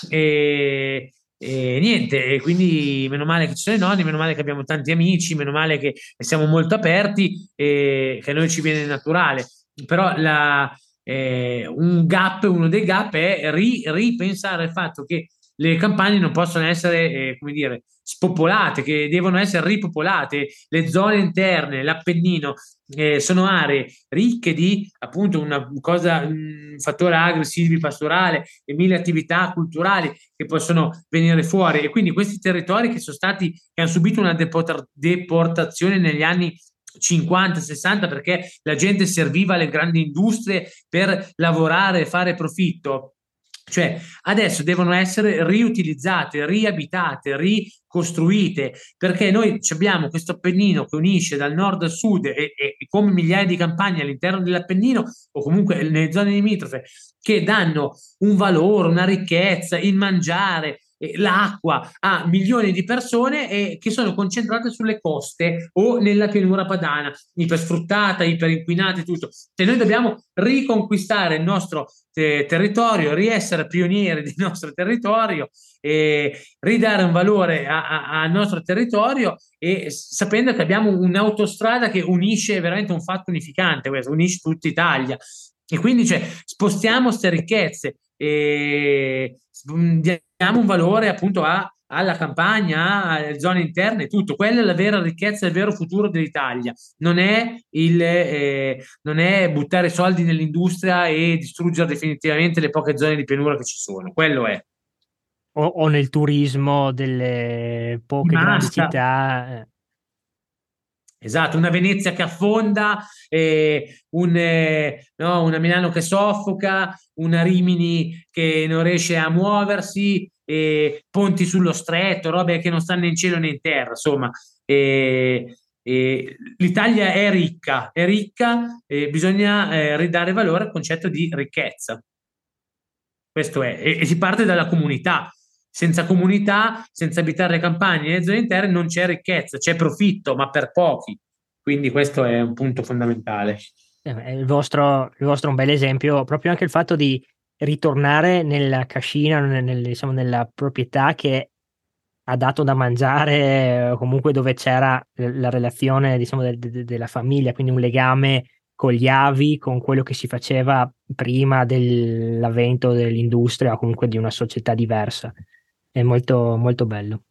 eh, e niente, e quindi meno male che ci sono i nonni, meno male che abbiamo tanti amici, meno male che siamo molto aperti e che a noi ci viene naturale. Però la, eh, un gap, uno dei gap è ri- ripensare al fatto che le campagne non possono essere, eh, come dire, spopolate, che devono essere ripopolate. Le zone interne, l'Appennino, eh, sono aree ricche di appunto una cosa, un fattore agro-silvipastorale e mille attività culturali che possono venire fuori. E quindi questi territori che sono stati, che hanno subito una deporta- deportazione negli anni cinquanta sessanta perché la gente serviva alle grandi industrie per lavorare e fare profitto. Cioè, adesso devono essere riutilizzate, riabitate, ricostruite, perché noi abbiamo questo Appennino che unisce dal nord al sud e, e come migliaia di campagne all'interno dell'Appennino o comunque nelle zone limitrofe che danno un valore, una ricchezza, il mangiare, eh, l'acqua a milioni di persone e che sono concentrate sulle coste o nella pianura padana, ipersfruttata, iperinquinata e tutto. E noi dobbiamo riconquistare il nostro eh, territorio, riessere pionieri del nostro territorio e ridare un valore a, a, al nostro territorio e sapendo che abbiamo un'autostrada che unisce veramente un fatto unificante, questo, unisce tutta Italia. E quindi cioè, spostiamo queste ricchezze e diamo un valore appunto a, alla campagna, alle zone interne, tutto. Quella è la vera ricchezza, il vero futuro dell'Italia. Non è, il, eh, non è buttare soldi nell'industria e distruggere definitivamente le poche zone di pianura che ci sono. Quello è. O, o nel turismo delle Di poche grandi massa. città. eh. Esatto, una Venezia che affonda, eh, un, eh, no, una Milano che soffoca, una Rimini che non riesce a muoversi, eh, ponti sullo stretto, robe che non stanno né in cielo né in terra. Insomma, eh, eh, l'Italia è ricca, è ricca, e bisogna eh, ridare valore al concetto di ricchezza. Questo è, e, e si parte dalla comunità. Senza comunità, senza abitare le campagne e le zone interne, non c'è ricchezza, c'è profitto, ma per pochi. Quindi questo è un punto fondamentale. Eh, Il vostro, il vostro è un bel esempio, proprio anche il fatto di ritornare nella cascina, nel- nel- diciamo, nella proprietà che ha dato da mangiare, o comunque dove c'era eh, la relazione, diciamo, de- de- della famiglia, quindi un legame con gli avi, con quello che si faceva prima dell'avvento dell'industria o comunque di una società diversa. È molto, molto bello.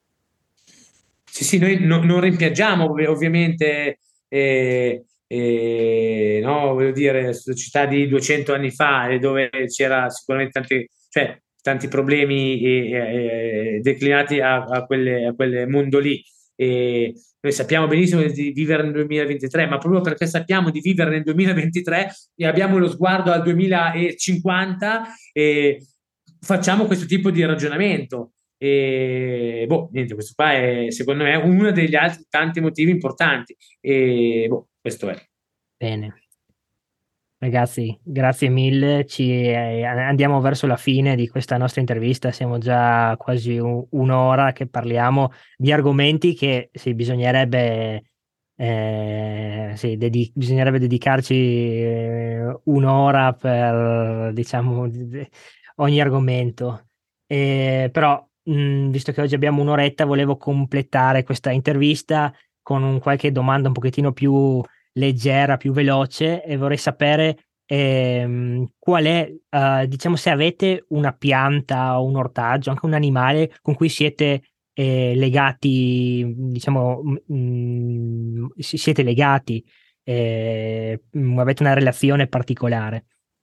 Sì, sì, noi no- non rimpiangiamo ov- ovviamente, eh, eh, no, voglio dire, società di duecento anni fa, eh, dove c'era sicuramente tanti, cioè, tanti problemi eh, eh, declinati a, a quelle, a quel mondo lì. E noi sappiamo benissimo di vivere nel duemilaventitré, ma proprio perché sappiamo di vivere nel duemilaventitré e abbiamo lo sguardo al duemilacinquanta, e facciamo questo tipo di ragionamento. E boh, niente, questo qua è secondo me uno degli altri tanti motivi importanti. E boh, questo è. Bene. Ragazzi, grazie mille, ci eh, andiamo verso la fine di questa nostra intervista, siamo già quasi un- un'ora che parliamo di argomenti che sì, bisognerebbe, eh, sì, dedi- bisognerebbe dedicarci eh, un'ora per, diciamo, d- d- ogni argomento. Eh, però, mh, visto che oggi abbiamo un'oretta, volevo completare questa intervista con un qualche domanda un pochettino più leggera, più veloce, e vorrei sapere ehm, qual è, eh, diciamo, se avete una pianta o un ortaggio, anche un animale con cui siete eh, legati, diciamo, mm, mm, si- siete legati, eh, mm, avete una relazione particolare.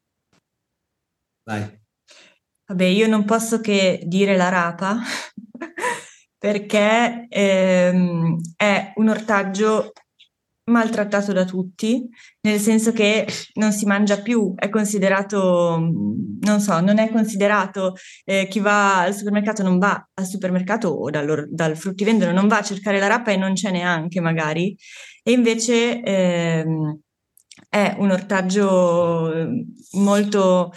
Vai. Vabbè, io non posso che dire la rapa perché ehm, è un ortaggio maltrattato da tutti, nel senso che non si mangia più, è considerato, mh, non so, non è considerato, eh, chi va al supermercato non va al supermercato o dal, dal fruttivendolo, non va a cercare la rapa e non c'è neanche magari, e invece ehm, è un ortaggio eh, molto...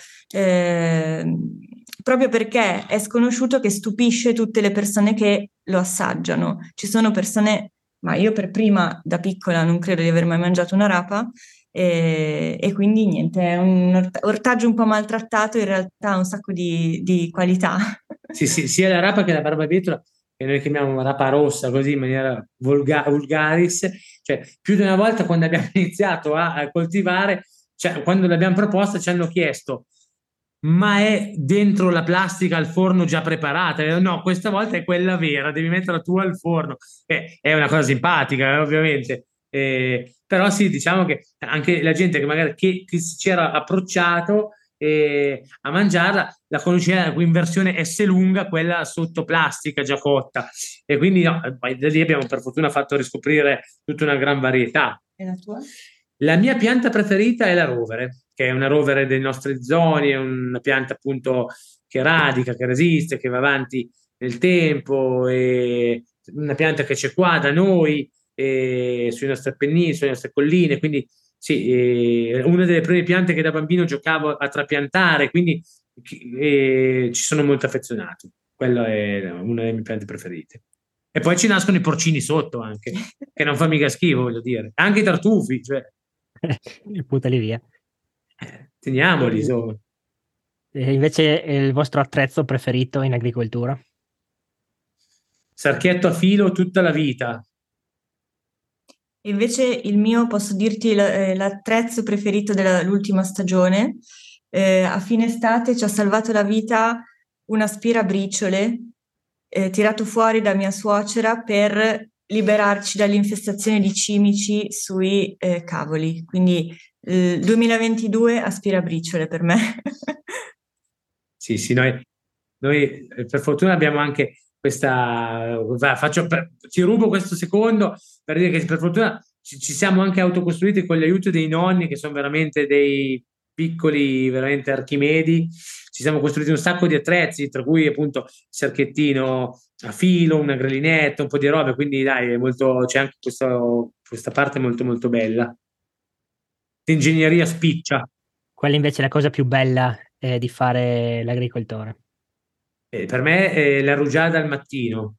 ehm, proprio perché è sconosciuto, che stupisce tutte le persone che lo assaggiano. Ci sono persone, ma io per prima da piccola non credo di aver mai mangiato una rapa, e, e quindi niente, è un ort- ortaggio un po' maltrattato, in realtà ha un sacco di, di qualità. Sì, sì, sia la rapa che la barbabietola, che noi chiamiamo rapa rossa, così in maniera volga- vulgaris, cioè più di una volta quando abbiamo iniziato a, a coltivare, cioè, quando l'abbiamo proposta ci hanno chiesto, ma è dentro la plastica al forno già preparata? E io, no, questa volta è quella vera, devi metterla tu al forno. Eh, è una cosa simpatica, eh, ovviamente. Eh, però sì, diciamo che anche la gente che magari che, che si c'era approcciato eh, a mangiarla la conosceva in versione S lunga, quella sotto plastica già cotta. E quindi no, poi da lì abbiamo per fortuna fatto riscoprire tutta una gran varietà. E la tua? La mia pianta preferita è la rovere, che è una rovere dei nostri zoni, è una pianta appunto che radica, che resiste, che va avanti nel tempo, e una pianta che c'è qua da noi, e sui nostri appennini, sulle nostre colline, quindi sì, è una delle prime piante che da bambino giocavo a trapiantare, quindi eh, ci sono molto affezionato. Quella è una delle mie piante preferite. E poi ci nascono i porcini sotto anche, che non fa mica schifo, voglio dire. Anche i tartufi, cioè, Buttali via. eh, teniamoli, E, insomma. e invece è il vostro attrezzo preferito in agricoltura? Sarchietto a filo tutta la vita. Invece il mio, posso dirti, l- eh, l'attrezzo preferito dell'ultima stagione. Eh, a fine estate ci ha salvato la vita un aspirabriciole eh, tirato fuori da mia suocera per liberarci dall'infestazione di cimici sui eh, cavoli. Quindi il duemilaventidue aspirabriciole per me. Sì, sì, noi, noi eh, per fortuna abbiamo anche questa... va, faccio per- ti rubo questo secondo per dire che per fortuna ci, ci siamo anche autocostruiti con l'aiuto dei nonni, che sono veramente dei piccoli, veramente Archimedi. Ci siamo costruiti un sacco di attrezzi, tra cui appunto il cerchettino a filo, una grillinetta, un po' di robe, quindi dai, è molto, c'è anche questo- questa parte molto molto bella. Ingegneria spiccia. Quella invece è la cosa più bella eh, di fare l'agricoltore. Eh, per me è la rugiada al mattino,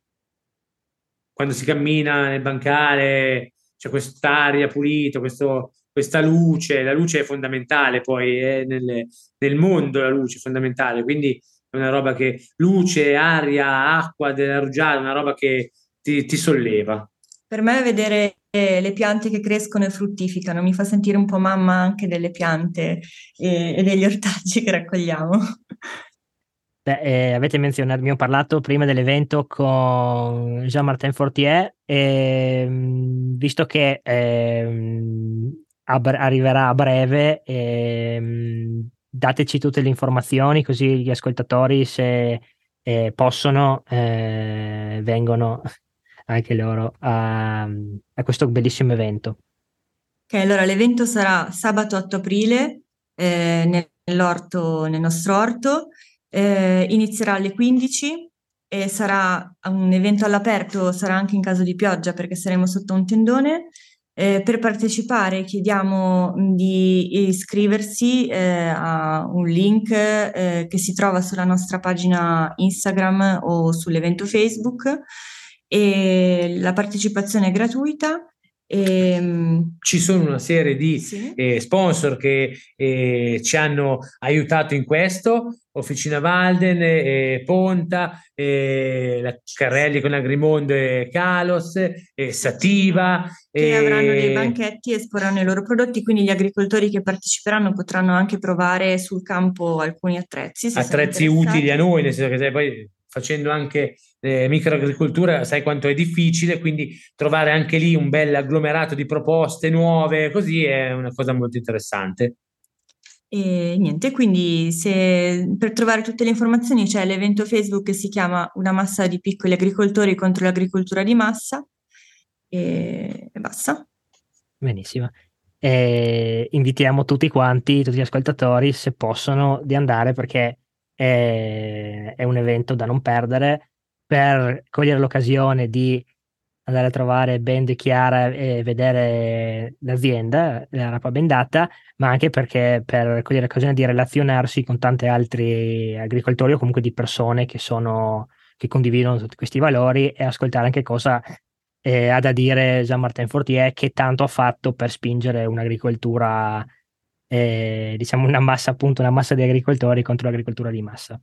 quando si cammina nel bancale, c'è quest'aria pulita, questo- questa luce. La luce è fondamentale poi è nel, nel mondo, la luce è fondamentale, quindi è una roba che luce, aria, acqua della rugiada, è una roba che ti, ti solleva. Per me vedere eh, le piante che crescono e fruttificano mi fa sentire un po' mamma anche delle piante e, e degli ortaggi che raccogliamo. Beh, eh, avete menzionato, abbiamo parlato prima dell'evento con Jean-Martin Fortier, e, mh, visto che ehm, a bre- arriverà a breve, ehm, dateci tutte le informazioni così gli ascoltatori, se eh, possono, eh, vengono anche loro a, a questo bellissimo evento. Ok, allora l'evento sarà sabato otto aprile eh, nell'orto, nel nostro orto, eh, inizierà alle quindici e sarà un evento all'aperto, sarà anche in caso di pioggia perché saremo sotto un tendone. Eh, per partecipare chiediamo di iscriversi eh, a un link eh, che si trova sulla nostra pagina Instagram o sull'evento Facebook, e la partecipazione è gratuita. E, ci sono una serie di sì. eh, sponsor che eh, ci hanno aiutato in questo: Officina Walden, eh, Ponta, eh, la Carrelli con Agrimondo e Kalos, eh, Sativa, che eh, avranno dei banchetti e esporranno i loro prodotti, quindi gli agricoltori che parteciperanno potranno anche provare sul campo alcuni attrezzi, se attrezzi utili a noi, nel senso che sai, poi facendo anche eh, microagricoltura sai quanto è difficile, quindi trovare anche lì un bel agglomerato di proposte nuove, così è una cosa molto interessante. E niente, quindi se, per trovare tutte le informazioni c'è l'evento Facebook che si chiama Una massa di piccoli agricoltori contro l'agricoltura di massa, e, e basta. Benissimo. E invitiamo tutti quanti, tutti gli ascoltatori, se possono, di andare, perché è, è un evento da non perdere, per cogliere l'occasione di andare a trovare Ben e Chiara e vedere l'azienda, la Rapa Bendata, ma anche perché per cogliere l'occasione di relazionarsi con tanti altri agricoltori o comunque di persone che sono, che condividono tutti questi valori, e ascoltare anche cosa eh, ha da dire Jean-Martin Fortier, che tanto ha fatto per spingere un'agricoltura, eh, diciamo una massa, appunto una massa di agricoltori contro l'agricoltura di massa.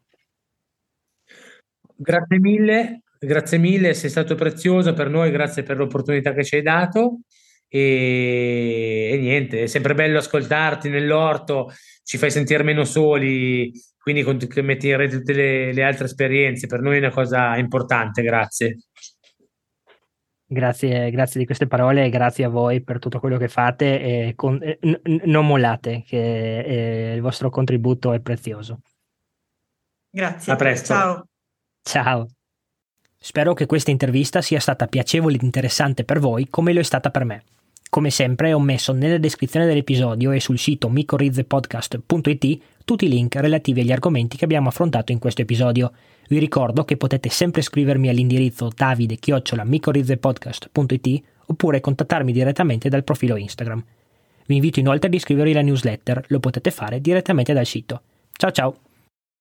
Grazie mille, grazie mille, sei stato prezioso per noi, grazie per l'opportunità che ci hai dato, e, e niente, è sempre bello ascoltarti nell'orto, ci fai sentire meno soli, quindi con- che metti in rete tutte le, le altre esperienze, per noi è una cosa importante, grazie. Grazie, grazie di queste parole e grazie a voi per tutto quello che fate, e con, eh, n- n- non mollate, che eh, il vostro contributo è prezioso. Grazie. A presto. Ciao. Ciao. Spero che questa intervista sia stata piacevole ed interessante per voi come lo è stata per me. Come sempre ho messo nella descrizione dell'episodio e sul sito micorrizzepodcast punto it tutti i link relativi agli argomenti che abbiamo affrontato in questo episodio. Vi ricordo che potete sempre scrivermi all'indirizzo davide chiocciola micorrizzepodcast punto it oppure contattarmi direttamente dal profilo Instagram. Vi invito inoltre ad iscrivervi alla newsletter, lo potete fare direttamente dal sito. Ciao ciao!